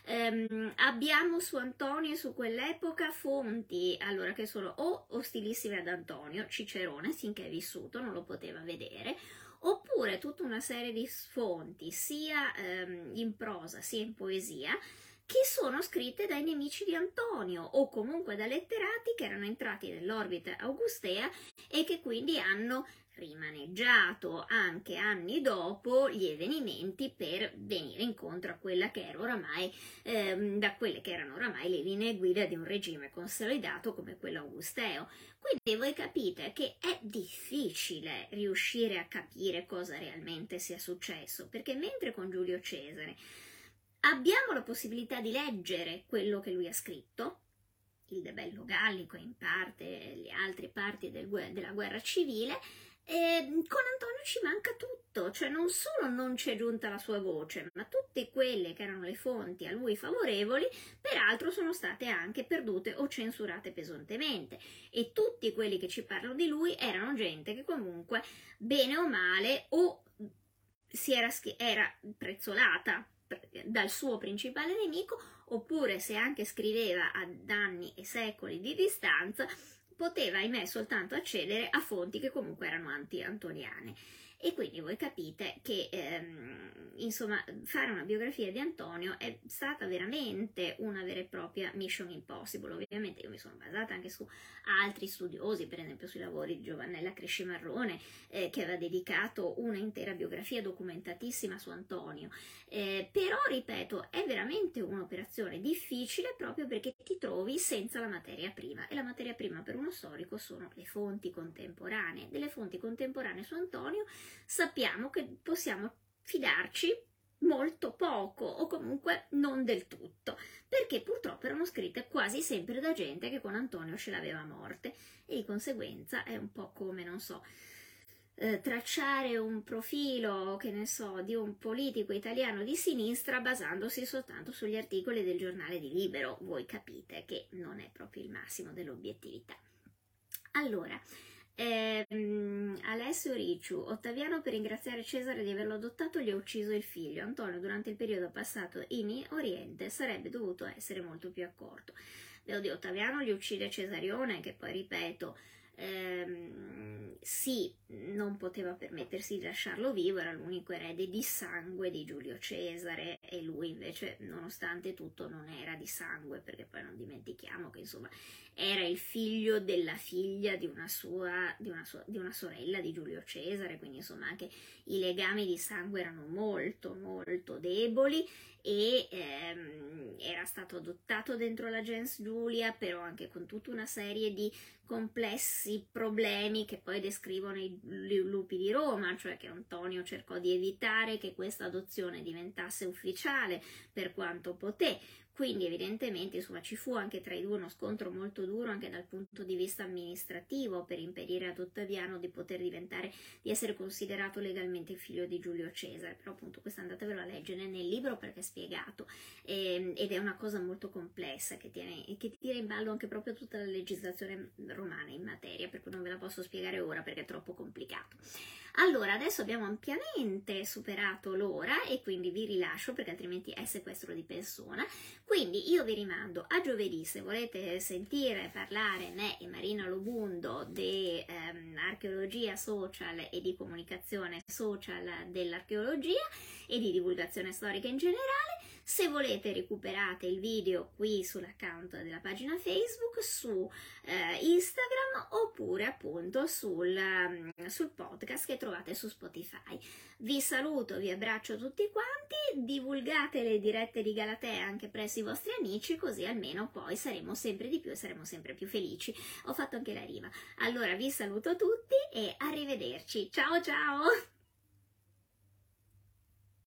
A: Um, abbiamo su Antonio e su quell'epoca fonti allora che sono o ostilissime ad Antonio, Cicerone finché è vissuto non lo poteva vedere, oppure tutta una serie di fonti sia um, in prosa sia in poesia che sono scritte dai nemici di Antonio o comunque da letterati che erano entrati nell'orbita augustea e che quindi hanno rimaneggiato anche anni dopo gli avvenimenti per venire incontro a quella che era oramai ehm, da quelle che erano oramai le linee guida di un regime consolidato come quello augusteo. Quindi voi capite che è difficile riuscire a capire cosa realmente sia successo, perché mentre con Giulio Cesare abbiamo la possibilità di leggere quello che lui ha scritto, il De Bello Gallico e in parte le altre parti del, della guerra civile, e con Antonio ci manca tutto, cioè non solo non c'è giunta la sua voce, ma tutte quelle che erano le fonti a lui favorevoli, peraltro sono state anche perdute o censurate pesantemente, e tutti quelli che ci parlano di lui erano gente che comunque, bene o male, o si era, era prezzolata dal suo principale nemico, oppure se anche scriveva ad anni e secoli di distanza, poteva, ahimè, soltanto accedere a fonti che comunque erano anti-antoniane. E quindi voi capite che ehm, insomma fare una biografia di Antonio è stata veramente una vera e propria mission impossible. Ovviamente io mi sono basata anche su altri studiosi, per esempio sui lavori di Giovannella Crescimarrone, eh, che aveva dedicato una intera biografia documentatissima su Antonio, eh, però ripeto è veramente un'operazione difficile proprio perché ti trovi senza la materia prima, e la materia prima per uno storico sono le fonti contemporanee. Delle fonti contemporanee su Antonio sappiamo che possiamo fidarci molto poco o comunque non del tutto, perché purtroppo erano scritte quasi sempre da gente che con Antonio ce l'aveva a morte, e di conseguenza è un po' come, non so, eh, tracciare un profilo, che ne so, di un politico italiano di sinistra basandosi soltanto sugli articoli del giornale di Libero. Voi capite che non è proprio il massimo dell'obiettività. Allora, ehm, Alessio Ricciu: Ottaviano, per ringraziare Cesare di averlo adottato, gli ha ucciso il figlio. Antonio, durante il periodo passato in Oriente, sarebbe dovuto essere molto più accorto. Oddio, Ottaviano gli uccide Cesarione, che poi, ripeto, ehm, sì, non poteva permettersi di lasciarlo vivo, era l'unico erede di sangue di Giulio Cesare, e lui invece nonostante tutto non era di sangue, perché poi non dimentichiamo che insomma era il figlio della figlia di una sua, di una sua, di una sorella di Giulio Cesare, quindi insomma anche i legami di sangue erano molto molto deboli, e ehm, era stato adottato dentro la gens Giulia, però anche con tutta una serie di complessi problemi che poi descrivono i lupi di Roma, cioè che Antonio cercò di evitare che questa adozione diventasse ufficiale per quanto poté. Quindi evidentemente insomma ci fu anche tra i due uno scontro molto duro anche dal punto di vista amministrativo per impedire ad Ottaviano di poter diventare, di essere considerato legalmente figlio di Giulio Cesare, però appunto questo andatevelo a leggere nel libro perché è spiegato, e, ed è una cosa molto complessa che, tiene, che tira in ballo anche proprio tutta la legislazione romana in materia, per cui non ve la posso spiegare ora perché è troppo complicato. Allora, adesso abbiamo ampiamente superato l'ora e quindi vi rilascio perché altrimenti è sequestro di persona. Quindi io vi rimando a giovedì se volete sentire parlare me e Marina Lobundo di ehm, archeologia social e di comunicazione social dell'archeologia e di divulgazione storica in generale. Se volete recuperate il video qui sull'account della pagina Facebook, su eh, Instagram oppure appunto sul, um, sul podcast che trovate su Spotify. Vi saluto, vi abbraccio tutti quanti, divulgate le dirette di Galatea anche presso i vostri amici, così almeno poi saremo sempre di più e saremo sempre più felici. Ho fatto anche la rima. Allora vi saluto tutti e arrivederci. Ciao ciao!